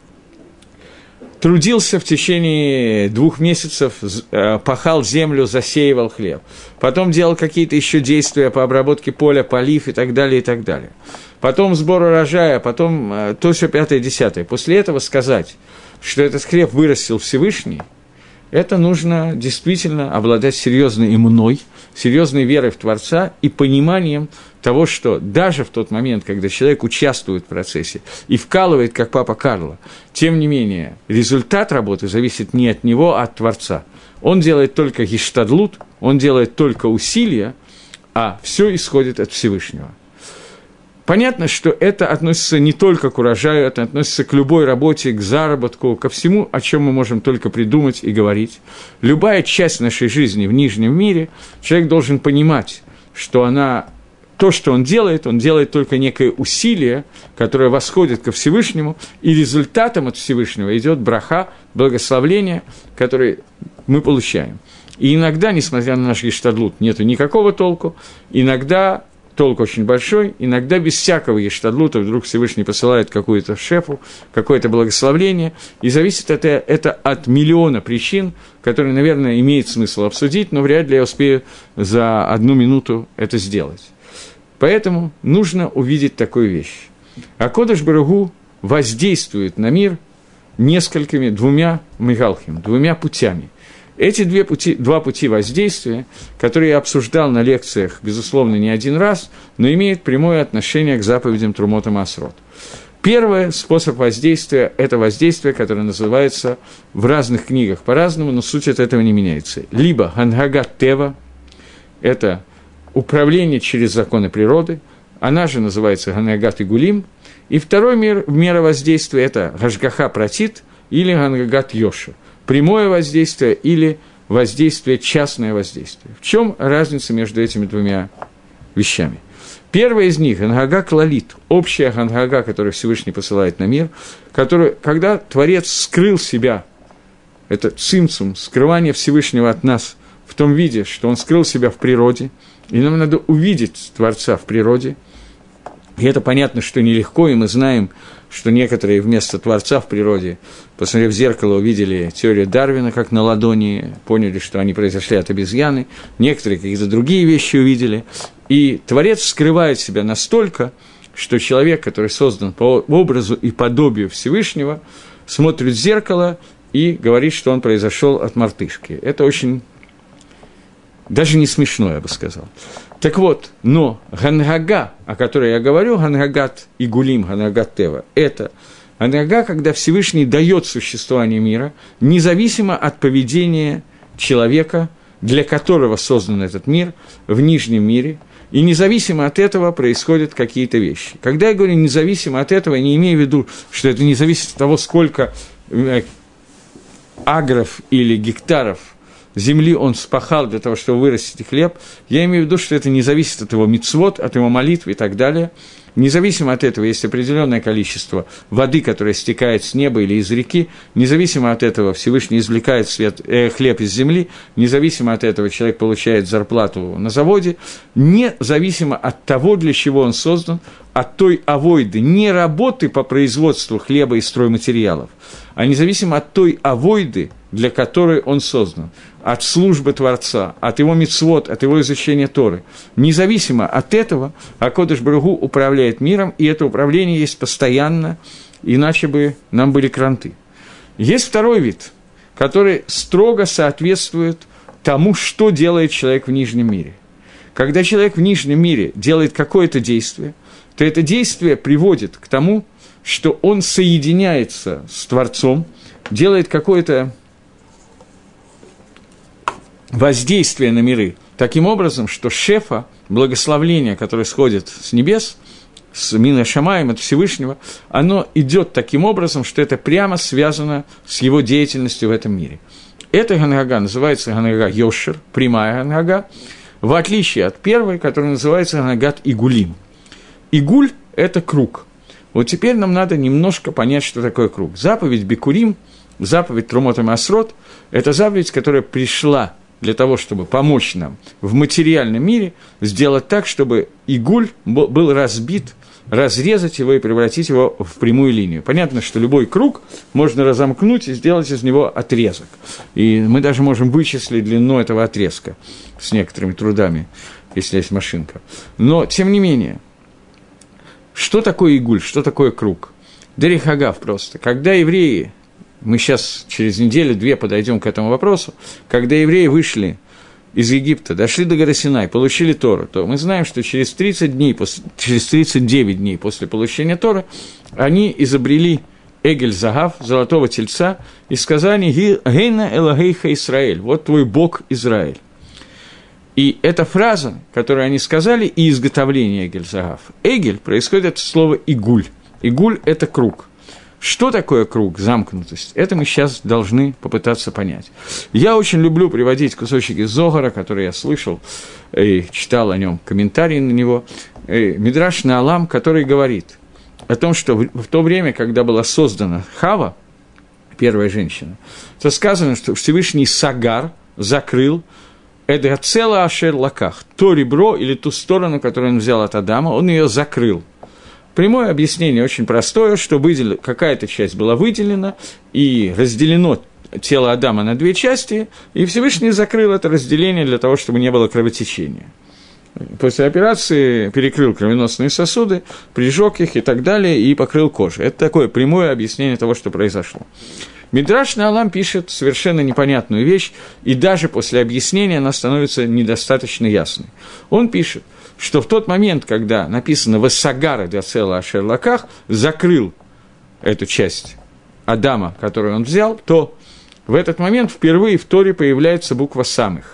трудился в течение двух месяцев, пахал землю, засеивал хлеб, потом делал какие-то еще действия по обработке поля, полив и так далее, и так далее. Потом сбор урожая, потом то, все пятое, десятое. После этого сказать, что этот хлеб вырастил Всевышний, это нужно действительно обладать серьезной иммуной, серьезной верой в Творца и пониманием того, что даже в тот момент, когда человек участвует в процессе и вкалывает, как папа Карло, тем не менее, результат работы зависит не от него, а от Творца. Он делает только гиштадлут, он делает только усилия, а все исходит от Всевышнего. Понятно, что это относится не только к урожаю, это относится к любой работе, к заработку, ко всему, о чем мы можем только придумать и говорить. Любая часть нашей жизни в нижнем мире, человек должен понимать, что она, то, что он делает, он делает только некое усилие, которое восходит ко Всевышнему, и результатом от Всевышнего идет браха, благословление, которое мы получаем. И иногда, несмотря на наш гештадлут, нету никакого толку, иногда толк очень большой, иногда без всякого ештадлута вдруг Всевышний посылает какую-то шефу, какое-то благословление, и зависит это, это от миллиона причин, которые, наверное, имеет смысл обсудить, но вряд ли я успею за одну минуту это сделать. Поэтому нужно увидеть такую вещь. АКодеш Барух Ху воздействует на мир несколькими, двумя мигалхим, двумя путями. Эти две пути, два пути воздействия, которые я обсуждал на лекциях, безусловно, не один раз, но имеют прямое отношение к заповедям Трумот и Маасрот. Первый способ воздействия – это воздействие, которое называется в разных книгах по-разному, но суть от этого не меняется. Либо Ганхагат Тева – это управление через законы природы, она же называется Ганхагат Игулим, и второй мер, мера воздействия – это Гашгаха Пратит или Ганхагат Йоша. Прямое воздействие или воздействие, частное воздействие. В чем разница между этими двумя вещами? Первое из них – Ганхага Клалит, общая Ганхага, которую Всевышний посылает на мир, который, когда Творец скрыл себя, это цимцум, скрывание Всевышнего от нас в том виде, что он скрыл себя в природе, и нам надо увидеть Творца в природе. И это понятно, что нелегко, и мы знаем, что некоторые вместо Творца в природе, посмотрев в зеркало, увидели теорию Дарвина, как на ладони, поняли, что они произошли от обезьяны, некоторые какие-то другие вещи увидели, и Творец скрывает себя настолько, что человек, который создан по образу и подобию Всевышнего, смотрит в зеркало и говорит, что он произошел от мартышки. Это очень, даже не смешно, я бы сказал. Так вот, но Ганхага, о которой я говорю, Ганхагат Игулим, Ганхагат Тева, это Ганхага, когда Всевышний дает существование мира, независимо от поведения человека, для которого создан этот мир, в нижнем мире, и независимо от этого происходят какие-то вещи. Когда я говорю независимо от этого, я не имею в виду, что это не зависит от того, сколько агров или гектаров земли он спахал для того, чтобы вырастить хлеб, я имею в виду, что это не зависит от его мицвот, от его молитв и так далее. Независимо от этого, есть определенное количество воды, которое стекает с неба или из реки, независимо от этого Всевышний извлекает свет, э, хлеб из земли, независимо от этого человек получает зарплату на заводе, независимо от того, для чего он создан, от той авойды, не работы по производству хлеба и стройматериалов, а независимо от той авойды, для которой он создан, от службы Творца, от его мицвот, от его изучения Торы. Независимо от этого, АКодеш Барух Ху управляет миром, и это управление есть постоянно, иначе бы нам были кранты. Есть второй вид, который строго соответствует тому, что делает человек в нижнем мире. Когда человек в нижнем мире делает какое-то действие, то это действие приводит к тому, что он соединяется с Творцом, делает какое-то воздействие на миры таким образом, что шефа, благословление, которое сходит с небес, с Мина Шамаем, от Всевышнего, оно идет таким образом, что это прямо связано с его деятельностью в этом мире. Эта ганага называется ганага Йошер, прямая ганага, в отличие от первой, которая называется ганагат Игулим. Игуль – это круг. Вот теперь нам надо немножко понять, что такое круг. Заповедь Бикурим, заповедь Трумот ха-Масрот – это заповедь, которая пришла для того, чтобы помочь нам в материальном мире сделать так, чтобы игуль был разбит, разрезать его и превратить его в прямую линию. Понятно, что любой круг можно разомкнуть и сделать из него отрезок. И мы даже можем вычислить длину этого отрезка с некоторыми трудами, если есть машинка. Но, тем не менее, что такое игуль, что такое круг? Дерих агав просто. Когда евреи... Мы сейчас через неделю-две подойдем к этому вопросу. Когда евреи вышли из Египта, дошли до горы Синай, получили Тору, то мы знаем, что через тридцать дней, через тридцать девять дней после получения Торы они изобрели Эгель Загав, золотого тельца, и сказали «Гейна Элагейха Исраэль», вот твой Бог Израиль. И эта фраза, которую они сказали, и изготовление Эгель Загав. Эгель происходит от слова «игуль». Игуль – это круг. Что такое круг, замкнутость? Это мы сейчас должны попытаться понять. Я очень люблю приводить кусочек из Зогара, который я слышал и читал о нем, комментарии на него. Мидраш Наалам, который говорит о том, что в то время, когда была создана Хава, первая женщина, то сказано, что Всевышний Сагар закрыл Эдгацела Ашер Лаках, то ребро или ту сторону, которую он взял от Адама, он ее закрыл. Прямое объяснение очень простое, что выдел... какая-то часть была выделена и разделено тело Адама на две части, и Всевышний закрыл это разделение для того, чтобы не было кровотечения. После операции перекрыл кровеносные сосуды, прижег их и так далее, и покрыл кожу. Это такое прямое объяснение того, что произошло. Мидраш Наалам пишет совершенно непонятную вещь, и даже после объяснения она становится недостаточно ясной. Он пишет, что в тот момент, когда написано «Вассагара дяцела ашер лаках», закрыл эту часть Адама, которую он взял, то в этот момент впервые в Торе появляется буква «самых».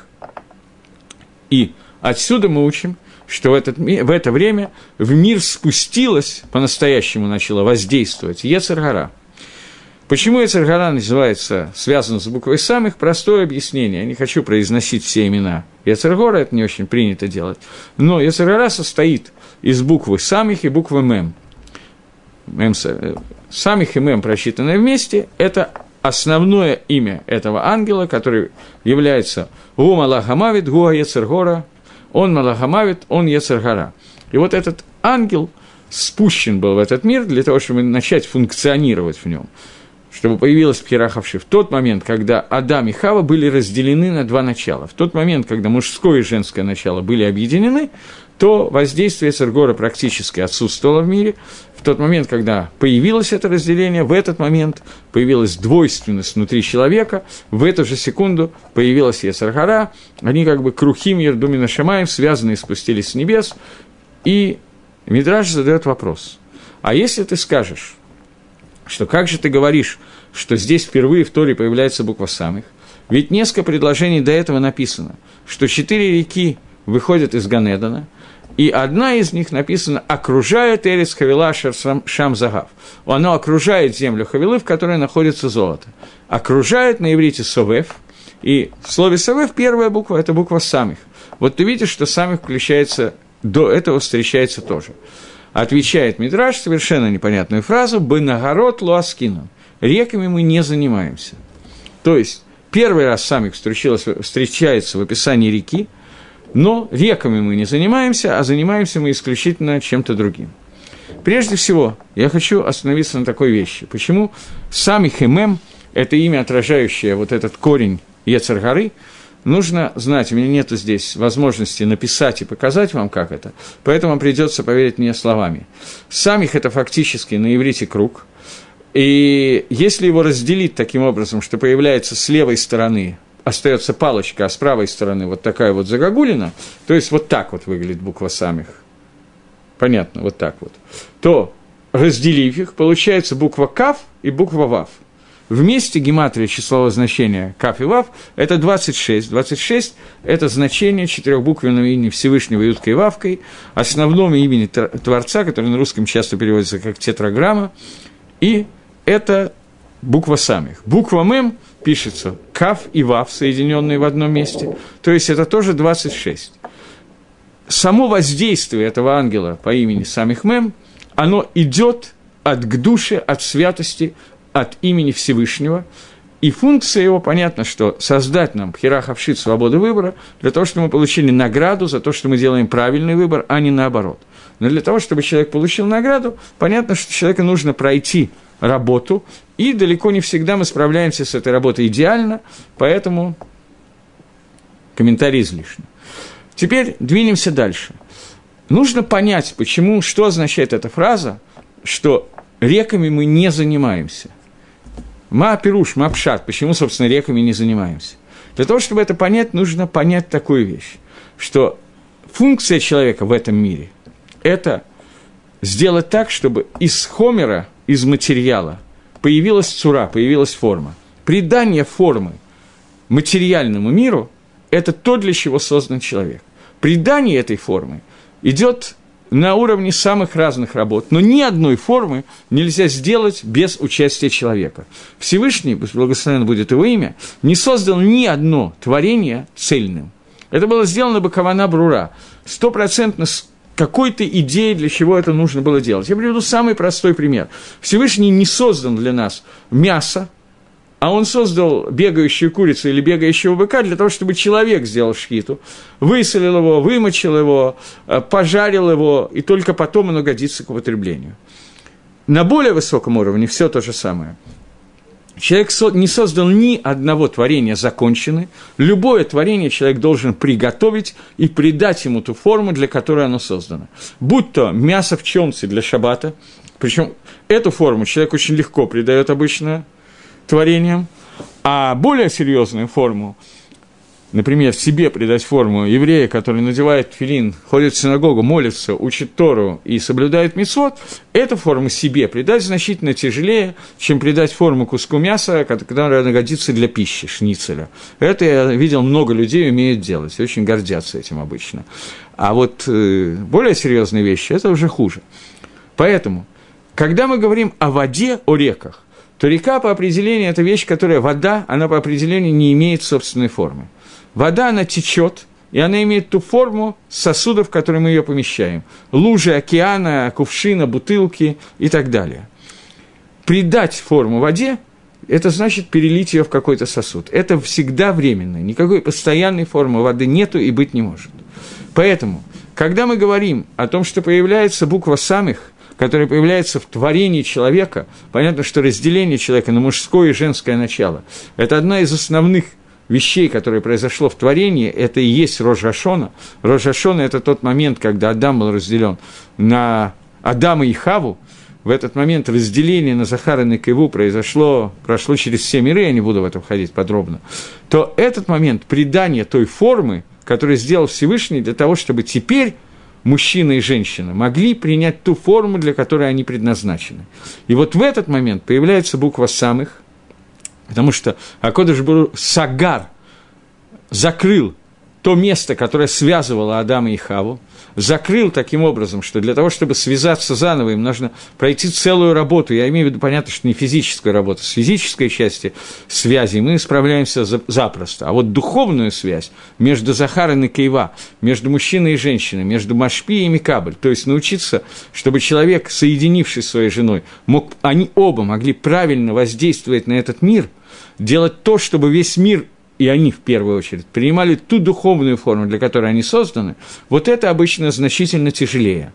И отсюда мы учим, что в, этот, в это время в мир спустилось, по-настоящему начало воздействовать Йецер гара. Почему Йецер гара называется, связано с буквой «самых», простое объяснение. Я не хочу произносить все имена Йецер гара, это не очень принято делать. Но Йецер гара состоит из буквы «самых» и буквы «мем». мем «Самых» и «мем», просчитанные вместе, это основное имя этого ангела, который является «Гу Малахамавит, Гуа Йецер гара», он Малахамавит, он Йецер гара. И вот этот ангел спущен был в этот мир для того, чтобы начать функционировать в нем, чтобы появилась Бхира Хавши в тот момент, когда Адам и Хава были разделены на два начала. В тот момент, когда мужское и женское начало были объединены, то воздействие Йецер гара практически отсутствовало в мире. В тот момент, когда появилось это разделение, в этот момент появилась двойственность внутри человека, в эту же секунду появилась Йецер гара, они как бы крухим ердумина шамаем, связанные, спустились с небес, и Мидраш задает вопрос, а если ты скажешь, что как же ты говоришь, что здесь впервые в Торе появляется буква «самых», ведь несколько предложений до этого написано, что четыре реки выходят из Ганедана, и одна из них написана «окружает Эрец Хавила Шам Загав». Оно окружает землю Хавилы, в которой находится золото. Окружает на иврите «совев», и в слове «совев» первая буква – это буква «самых». Вот ты видишь, что «самых» включается, до этого встречается тоже. Отвечает Мидраш совершенно непонятную фразу «бенагород луаскину». Реками мы не занимаемся. То есть, первый раз «самих» встречается в описании реки, но реками мы не занимаемся, а занимаемся мы исключительно чем-то другим. Прежде всего, я хочу остановиться на такой вещи. Почему «самих» и «мем» это имя, отражающее вот этот корень Йецер Гары, нужно знать, у меня нет здесь возможности написать и показать вам, как это, поэтому вам придется поверить мне словами. Самих – это фактически на иврите круг, и если его разделить таким образом, что появляется с левой стороны, остается палочка, а с правой стороны вот такая вот загогулина, то есть вот так вот выглядит буква самих, понятно, вот так вот, то, разделив их, получается буква кав и буква вав. Вместе гематрия числового значения каф и вав – это двадцать шесть. двадцать шесть – это значение четырехбуквенного имени Всевышнего Юткой и Вавкой, основного имени Творца, которое на русском часто переводится как тетраграмма, и это буква самих. Буква мем пишется каф и вав, соединенные в одном месте, то есть это тоже двадцать шесть. Само воздействие этого ангела по имени самих мем, оно идет от гдуши, от святости, от имени Всевышнего, и функция его, понятно, что создать нам бхира хавшит, свободу выбора, для того, чтобы мы получили награду за то, что мы делаем правильный выбор, а не наоборот. Но для того, чтобы человек получил награду, понятно, что человеку нужно пройти работу, и далеко не всегда мы справляемся с этой работой идеально, поэтому комментарий излишний. Теперь двинемся дальше. Нужно понять, почему, что означает эта фраза, что реками мы не занимаемся. Ма пируш, ма пшат, почему, собственно, реками не занимаемся? Для того, чтобы это понять, нужно понять такую вещь, что функция человека в этом мире – это сделать так, чтобы из хомера, из материала, появилась цура, появилась форма. Придание формы материальному миру – это то, для чего создан человек. Придание этой формы идет на уровне самых разных работ, но ни одной формы нельзя сделать без участия человека. Всевышний, благословенно будет его имя, не создал ни одно творение цельным. Это было сделано бы кавана брура, стопроцентно с какой-то идеей, для чего это нужно было делать. Я приведу самый простой пример. Всевышний не создан для нас мясо, а он создал бегающую курицу или бегающего быка для того, чтобы человек сделал шхиту, высолил его, вымочил его, пожарил его, и только потом оно годится к употреблению. На более высоком уровне все то же самое. Человек не создал ни одного творения законченное, любое творение человек должен приготовить и придать ему ту форму, для которой оно создано. Будь то мясо в чонце для шаббата, причем эту форму человек очень легко придает обычно творением, а более серьезную форму, например, себе придать форму еврея, который надевает тфилин, ходит в синагогу, молится, учит Тору и соблюдает мицвот, эту форму себе придать значительно тяжелее, чем придать форму куску мяса, которая годится для пищи, шницеля. Это я видел, много людей умеют делать, очень гордятся этим обычно. А вот э, более серьезные вещи, это уже хуже. Поэтому, когда мы говорим о воде, о реках, то река по определению – это вещь, которая вода, она по определению не имеет собственной формы. Вода, она течет, и она имеет ту форму сосудов, в которые мы ее помещаем. Лужи, океана, кувшина, бутылки и так далее. Придать форму воде – это значит перелить ее в какой-то сосуд. Это всегда временно. Никакой постоянной формы воды нету и быть не может. Поэтому, когда мы говорим о том, что появляется буква «самих», которое появляется в творении человека, понятно, что разделение человека на мужское и женское начало – это одна из основных вещей, которое произошло в творении, это и есть Рош ха-Шана. Рош ха-Шана – это тот момент, когда Адам был разделен на Адама и Хаву. В этот момент разделение на Захар и на Киву произошло, прошло через все миры, я не буду в это входить подробно, то этот момент придания той формы, которую сделал Всевышний для того, чтобы теперь мужчина и женщина могли принять ту форму, для которой они предназначены. И вот в этот момент появляется буква «самых», потому что Акодыш Барух Сагар закрыл то место, которое связывало Адама и Хаву, закрыл таким образом, что для того, чтобы связаться заново, им нужно пройти целую работу. Я имею в виду, понятно, что не физическую работу. С физической части связи мы справляемся запросто. А вот духовную связь между Захар и Некеева, между мужчиной и женщиной, между Машпи и Микабль, то есть научиться, чтобы человек, соединившись с своей женой, мог, они оба могли правильно воздействовать на этот мир, делать то, чтобы весь мир, и они, в первую очередь, принимали ту духовную форму, для которой они созданы, вот это обычно значительно тяжелее.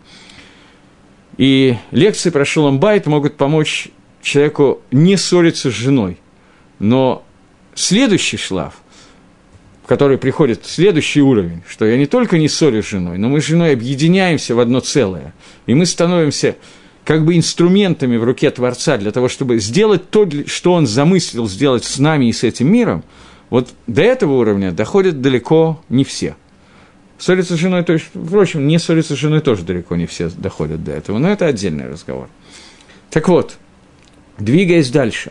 И лекции про Шолом Байт могут помочь человеку не ссориться с женой. Но следующий шлаф, в который приходит следующий уровень, что я не только не ссорюсь с женой, но мы с женой объединяемся в одно целое, и мы становимся как бы инструментами в руке Творца для того, чтобы сделать то, что Он замыслил сделать с нами и с этим миром, вот до этого уровня доходят далеко не все. Ссориться с женой, то есть, впрочем, не ссориться с женой тоже далеко не все доходят до этого, но это отдельный разговор. Так вот, двигаясь дальше,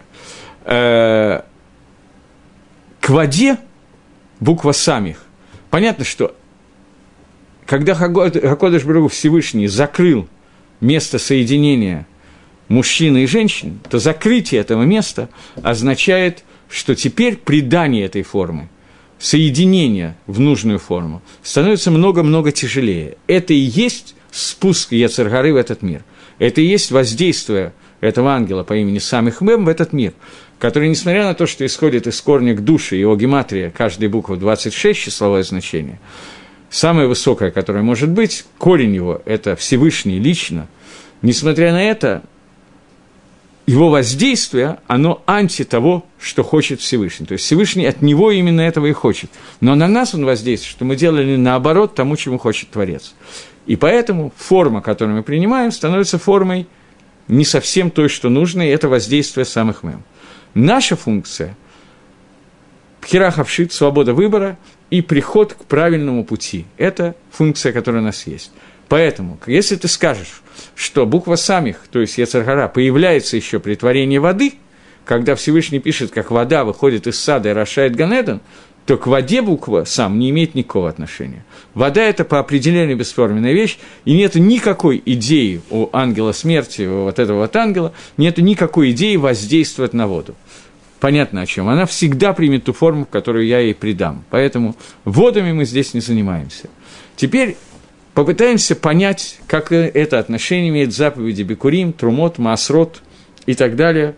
э- к воде буква «самих». Понятно, что когда Хакодеш Барух Hu Всевышний закрыл место соединения мужчины и женщины, то закрытие этого места означает, что теперь придание этой формы, соединение в нужную форму, становится много-много тяжелее. Это и есть спуск Йецер Гары в этот мир. Это и есть воздействие этого ангела по имени Самих Мем в этот мир, который, несмотря на то, что исходит из корня к душе, его гематрия, каждой буквы двадцать шесть числовое значение, самое высокое, которое может быть, корень его – это Всевышний лично. Несмотря на это, его воздействие, оно анти того, что хочет Всевышний. То есть Всевышний от него именно этого и хочет. Но на нас он воздействует, что мы делали наоборот тому, чему хочет Творец. И поэтому форма, которую мы принимаем, становится формой не совсем той, что нужно, и это воздействие самых мем. Наша функция – пхира хавшит, свобода выбора и приход к правильному пути. Это функция, которая у нас есть. Поэтому, если ты скажешь, что буква «самих», то есть Йецер Гара, появляется еще при творении воды, когда Всевышний пишет, как вода выходит из сада и орошает Ганеден, то к воде буква «сам» не имеет никакого отношения. Вода – это по определению бесформенная вещь, и нет никакой идеи у ангела смерти, у вот этого вот ангела, нет никакой идеи воздействовать на воду. Понятно о чем. Она всегда примет ту форму, которую я ей придам. Поэтому водами мы здесь не занимаемся. Теперь попытаемся понять, как это отношение имеет заповеди Бикурим, Трумот, Маасрот и так далее.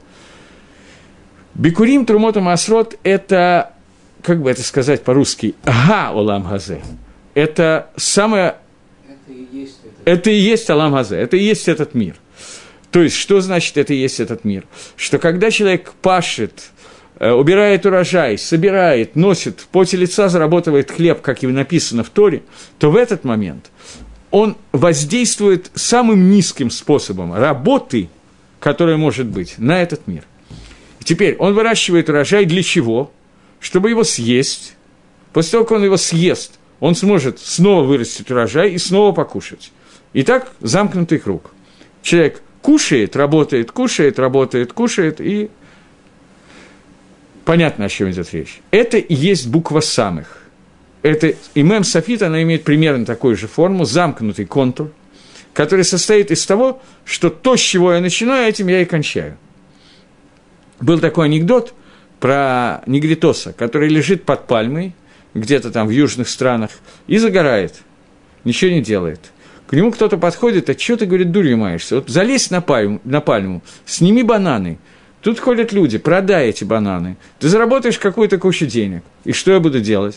Бикурим, Трумот и Маасрот – это, как бы это сказать по-русски, «га олам газе». Это самое… Это и есть, это... это и есть олам газе, это и есть этот мир. То есть, что значит «это и есть этот мир»? Что когда человек пашет, убирает урожай, собирает, носит, в поте лица зарабатывает хлеб, как и написано в Торе, то в этот момент он воздействует самым низким способом работы, которая может быть, на этот мир. Теперь он выращивает урожай для чего? Чтобы его съесть. После того, как он его съест, он сможет снова вырастить урожай и снова покушать. И так замкнутый круг. Человек кушает, работает, кушает, работает, кушает, и понятно, о чем идет речь. Это и есть буква «самых». Это и Мем Софит, она имеет примерно такую же форму, замкнутый контур, который состоит из того, что то, с чего я начинаю, этим я и кончаю. Был такой анекдот про негритоса, который лежит под пальмой, где-то там в южных странах, и загорает, ничего не делает. К нему кто-то подходит, а что ты, говорит, дурью маешься? Вот залезь на пальму, на пальму, сними бананы. Тут ходят люди, продай эти бананы. Ты заработаешь какую-то кучу денег. И что я буду делать?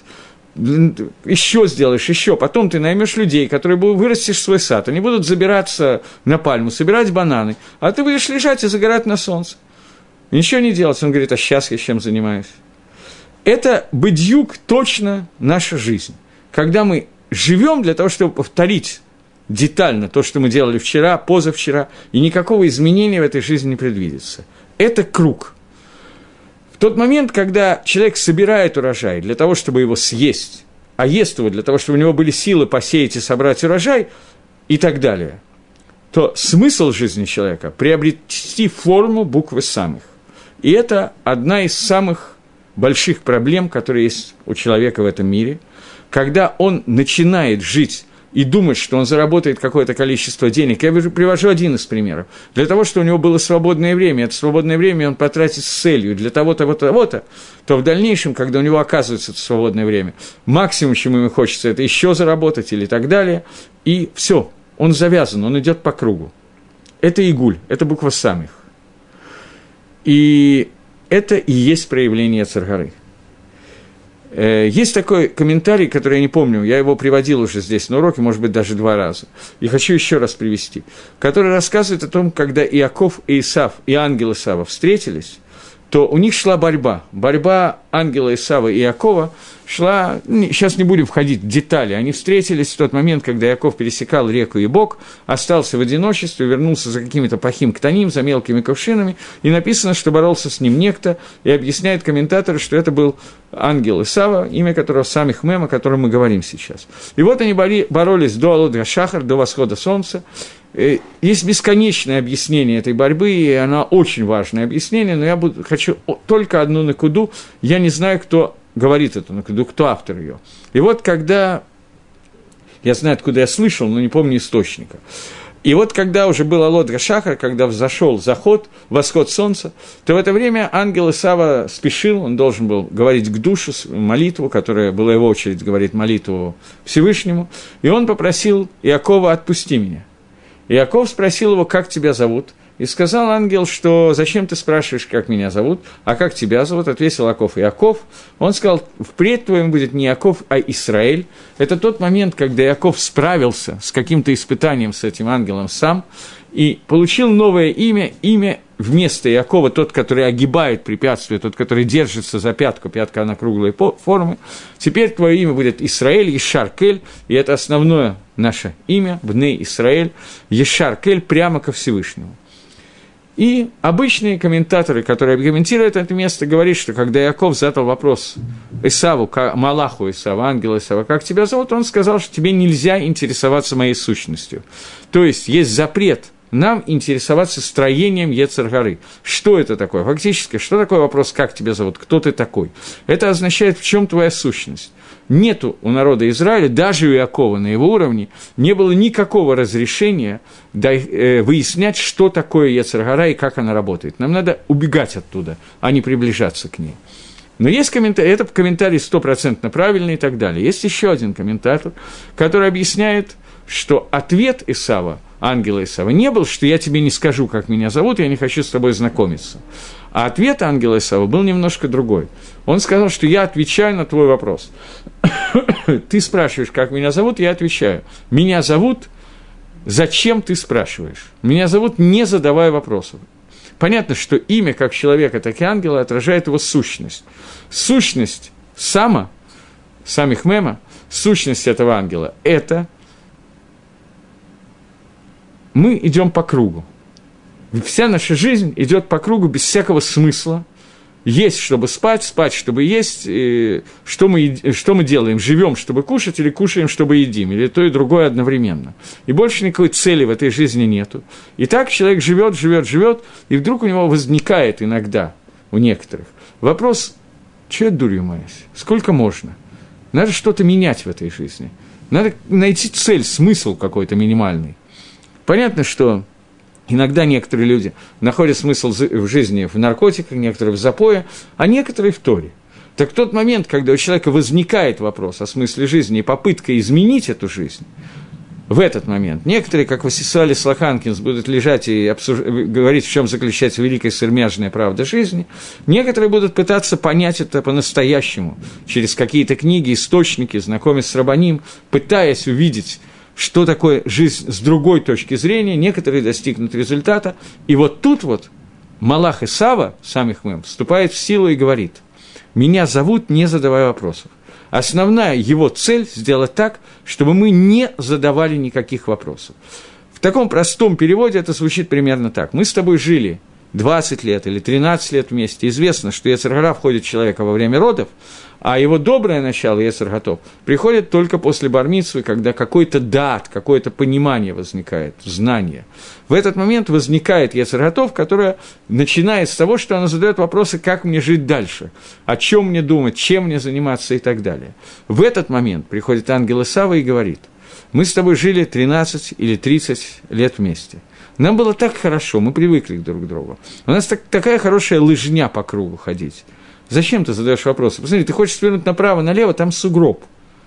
Еще сделаешь, еще. Потом ты наймешь людей, которые будут вырастешь свой сад. Они будут забираться на пальму, собирать бананы. А ты будешь лежать и загорать на солнце. Ничего не делать. Он говорит, а сейчас я чем занимаюсь? Это бедюк точно наша жизнь. Когда мы живем для того, чтобы повторить детально то, что мы делали вчера, позавчера, и никакого изменения в этой жизни не предвидится. Это круг. В тот момент, когда человек собирает урожай для того, чтобы его съесть, а ест его для того, чтобы у него были силы посеять и собрать урожай, и так далее, то смысл жизни человека – приобрести форму буквы «самых». И это одна из самых больших проблем, которые есть у человека в этом мире, когда он начинает жить и думать, что он заработает какое-то количество денег. Я привожу один из примеров. Для того, чтобы у него было свободное время, это свободное время он потратит с целью для того-то, вот того-то, то в дальнейшем, когда у него оказывается это свободное время, максимум, чему ему хочется, это еще заработать или так далее, и все, он завязан, он идет по кругу. Это игуль, это буква «самих». И это и есть проявление Йецер Гары. Есть такой комментарий, который я не помню, я его приводил уже здесь на уроке, может быть, даже два раза, и хочу еще раз привести, который рассказывает о том, когда Иаков и Исав, и ангел Исава встретились, то у них шла борьба. Борьба ангела Исава и Иакова шла, сейчас не будем входить в детали, они встретились в тот момент, когда Иаков пересекал реку Ебок, остался в одиночестве, вернулся за какими-то пахим ктаним, за мелкими кувшинами, и написано, что боролся с ним некто, и объясняет комментаторы, что это был ангел Исава, имя которого Самих Мем, о котором мы говорим сейчас. И вот они боролись до Алодга Шахар, до восхода солнца. Есть бесконечное объяснение этой борьбы, и она очень важное объяснение, но я буду, хочу только одну накуду, я не знаю, кто говорит эту накуду, кто автор ее. И вот когда, я знаю, откуда я слышал, но не помню источника, и вот когда уже был Алодга Шахар, когда взошел заход, восход солнца, то в это время ангел Исава спешил, он должен был говорить к душу, молитву, которая была его очередь говорить молитву Всевышнему, и он попросил Иакова: «Отпусти меня». Иаков спросил его: «Как тебя зовут?» И сказал ангел, что «Зачем ты спрашиваешь, как меня зовут, а как тебя зовут?» Ответил Иаков: «Иаков». Он сказал: «Впредь твоим будет не Иаков, а Исраэль». Это тот момент, когда Иаков справился с каким-то испытанием с этим ангелом сам и получил новое имя, имя вместо Иакова, тот, который огибает препятствия, тот, который держится за пятку, пятка она круглой формы. Теперь твое имя будет Исраэль, Ешар-Кель, и это основное наше имя, Бней Исраэль, Ешар-Кель, прямо ко Всевышнему. И обычные комментаторы, которые комментируют это место, говорят, что когда Иаков задал вопрос Исаву, Малаху Исава, ангелу Исава, как тебя зовут, он сказал, что тебе нельзя интересоваться моей сущностью. То есть есть запрет нам интересоваться строением Ецер-Гары. Что это такое? Фактически, что такое вопрос, как тебя зовут, кто ты такой? Это означает, в чем твоя сущность. Нету у народа Израиля, даже у Иакова на его уровне, не было никакого разрешения выяснять, что такое Ецер-Гара и как она работает. Нам надо убегать оттуда, а не приближаться к ней. Но есть комментарий, это комментарий стопроцентно правильный и так далее. Есть еще один комментатор, который объясняет, что ответ Исава, ангела Исава, не был, что я тебе не скажу, как меня зовут, я не хочу с тобой знакомиться. А ответ ангела Исава был немножко другой. Он сказал, что я отвечаю на твой вопрос. Ты спрашиваешь, как меня зовут, я отвечаю. Меня зовут, зачем ты спрашиваешь? Меня зовут, не задавая вопросов. Понятно, что имя как человека, так и ангела отражает его сущность. Сущность Сама, Самих Мема, сущность этого ангела – это мы идем по кругу. Вся наша жизнь идет по кругу без всякого смысла. Есть, чтобы спать, спать, чтобы есть. И что, мы, что мы делаем? Живем, чтобы кушать, или кушаем, чтобы едим, или то и другое одновременно. И больше никакой цели в этой жизни нету. И так человек живет, живет, живет, и вдруг у него возникает иногда, у некоторых, вопрос: что я дурью маюсь? Сколько можно? Надо что-то менять в этой жизни. Надо найти цель, смысл какой-то минимальный. Понятно, что иногда некоторые люди находят смысл в жизни в наркотиках, некоторые в запое, а некоторые в Торе. Так в тот момент, когда у человека возникает вопрос о смысле жизни и попытка изменить эту жизнь, в этот момент некоторые, как Васисуали Слаханкинс, будут лежать и обсуж... говорить, в чем заключается великая сермяжная правда жизни, некоторые будут пытаться понять это по-настоящему, через какие-то книги, источники, знакомясь с Рабаним, пытаясь увидеть, что такое жизнь с другой точки зрения, некоторые достигнут результата. И вот тут вот Малах Исава, Самих Мем, вступает в силу и говорит: «Меня зовут, не задавая вопросов». Основная его цель – сделать так, чтобы мы не задавали никаких вопросов. В таком простом переводе это звучит примерно так. Мы с тобой жили двадцать лет или тринадцать лет вместе. Известно, что Ецер-Гара входит в человека во время родов, а его доброе начало, Ецер-Готов, приходит только после бар-мицвы, когда какой-то дат, какое-то понимание возникает, знание. В этот момент возникает Ецер-Готов, которое начинает с того, что она задает вопросы, как мне жить дальше, о чем мне думать, чем мне заниматься и так далее. В этот момент приходит ангел Исава и говорит: мы с тобой жили тринадцать или тридцать лет вместе. Нам было так хорошо, мы привыкли друг к другу. У нас так, такая хорошая лыжня по кругу ходить. Зачем ты задаешь вопросы? Посмотри, ты хочешь свернуть направо, налево, там сугроб.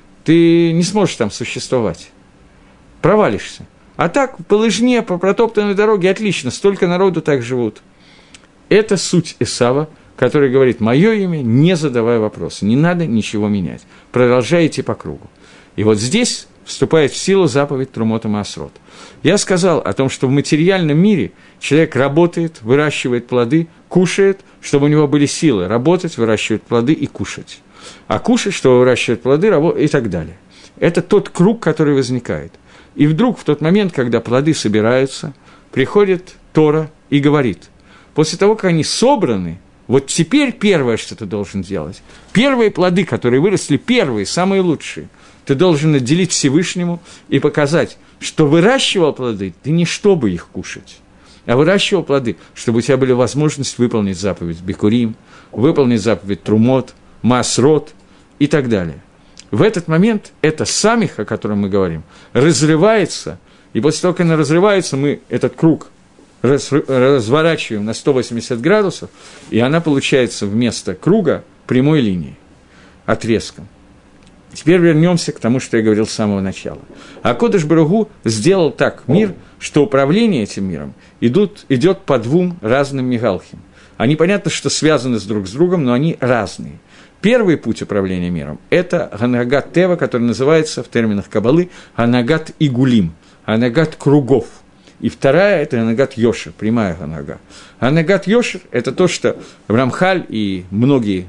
Ты не сможешь там существовать. Провалишься. А так, по лыжне, по протоптанной дороге, отлично, столько народу так живут. Это суть Исава, который говорит: мое имя, не задавая вопросы, не надо ничего менять. Продолжай идти по кругу. И вот здесь вступает в силу заповедь Трумот ха-Маасрот. Я сказал о том, что в материальном мире человек работает, выращивает плоды, кушает, чтобы у него были силы работать, выращивать плоды и кушать. А кушать, чтобы выращивать плоды и так далее. Это тот круг, который возникает. И вдруг в тот момент, когда плоды собираются, приходит Тора и говорит, после того, как они собраны, вот теперь первое, что ты должен делать, первые плоды, которые выросли, первые, самые лучшие, ты должен отделить Всевышнему и показать, что выращивал плоды ты не чтобы их кушать, а выращивал плоды, чтобы у тебя была возможность выполнить заповедь Бикурим, выполнить заповедь Трумот, Маасрот и так далее. В этот момент это самих, о котором мы говорим, разрывается, и после того, как она разрывается, мы этот круг раз, разворачиваем на сто восемьдесят градусов, и она получается вместо круга прямой линией, отрезком. Теперь вернемся к тому, что я говорил с самого начала. АКодеш Барух Ху сделал так мир, что управление этим миром идут, идет по двум разным мигалхим. Они, понятно, что связаны с друг с другом, но они разные. Первый путь управления миром – это Ганагат Тева, который называется в терминах Каббалы Ганагат Игулим, Ганагат кругов. И вторая – это Ганагат Йошер, прямая Ганага. Ганагат Йошер – это то, что Рамхаль и многие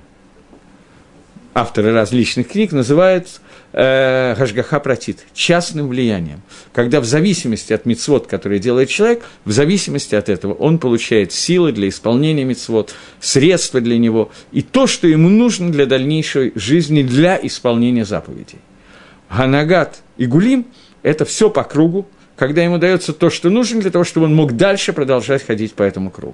авторы различных книг называют э, Гашгаха Пратит, частным влиянием, когда в зависимости от мицвот, которые делает человек, в зависимости от этого он получает силы для исполнения мицвот, средства для него и то, что ему нужно для дальнейшей жизни, для исполнения заповедей. Ганагат и Гулим – это все по кругу, когда ему дается то, что нужно для того, чтобы он мог дальше продолжать ходить по этому кругу.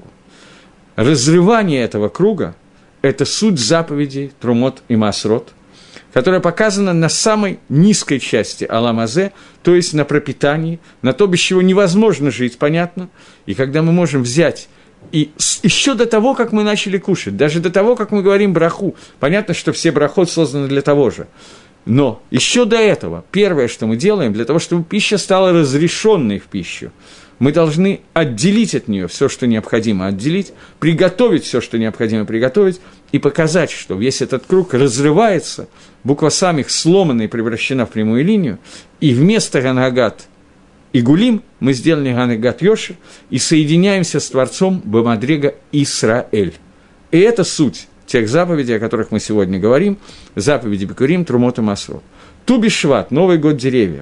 Разрывание этого круга – это суть заповедей Трумот и Маасрот, которая показана на самой низкой части Алам-Азе, то есть на пропитании, на то, без чего невозможно жить, понятно. И когда мы можем взять, и еще до того, как мы начали кушать, даже до того, как мы говорим браху, понятно, что все брахот созданы для того же, но еще до этого, первое, что мы делаем, для того, чтобы пища стала разрешенной в пищу, мы должны отделить от нее все, что необходимо отделить, приготовить все, что необходимо приготовить, и показать, что весь этот круг разрывается, буква самих сломана и превращена в прямую линию, и вместо Ганагат и Гулим мы сделали Ганагат Йошер и соединяемся с Творцом Бамадрега Исраэль. И это суть тех заповедей, о которых мы сегодня говорим, заповеди Бикурим, Трумот и Маасрот. Ту Бишват, Новый год деревьев.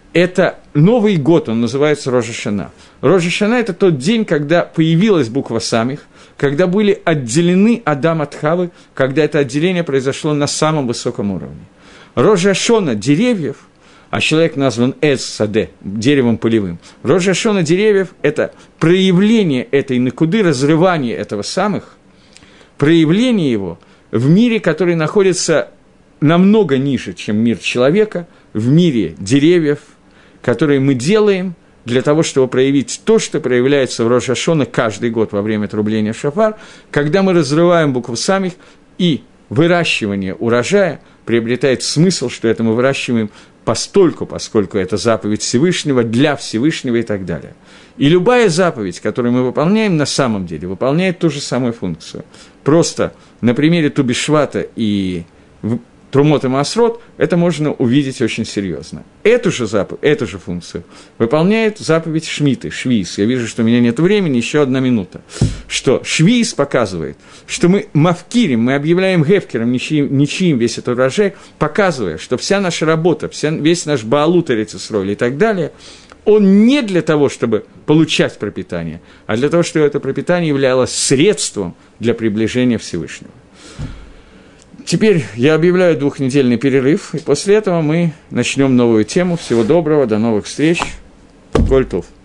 Это Новый год, он называется Рош ха-Шана. Рош ха-Шана – это тот день, когда появилась буква самих, когда были отделены Адам от Хавы, когда это отделение произошло на самом высоком уровне. Рош ха-Шана – деревьев, а человек назван Эц Саде, деревом полевым. Рош ха-Шана деревьев – это проявление этой накуды, разрывание этого самых, проявление его в мире, который находится намного ниже, чем мир человека, в мире деревьев, которые мы делаем для того, чтобы проявить то, что проявляется в Рош ха-Шана каждый год во время трубления шафар, когда мы разрываем букву самих, и выращивание урожая приобретает смысл, что это мы выращиваем постольку, поскольку это заповедь Всевышнего, для Всевышнего и так далее. И любая заповедь, которую мы выполняем, на самом деле выполняет ту же самую функцию. Просто на примере Ту Бишвата и Трумот и Маасрот это можно увидеть очень серьезно. Эту же, запов... Эту же функцию выполняет заповедь Шмиты, Швиис. Я вижу, что у меня нет времени, еще одна минута. Что Швиис показывает, что мы мавкирим, мы объявляем гефкером ничьим, ничьим весь этот урожай, показывая, что вся наша работа, вся, весь наш Баалут Эрец Исроэль и так далее, он не для того, чтобы получать пропитание, а для того, чтобы это пропитание являлось средством для приближения Всевышнего. Теперь я объявляю двухнедельный перерыв, и после этого мы начнем новую тему. Всего доброго, до новых встреч. Коль Тов.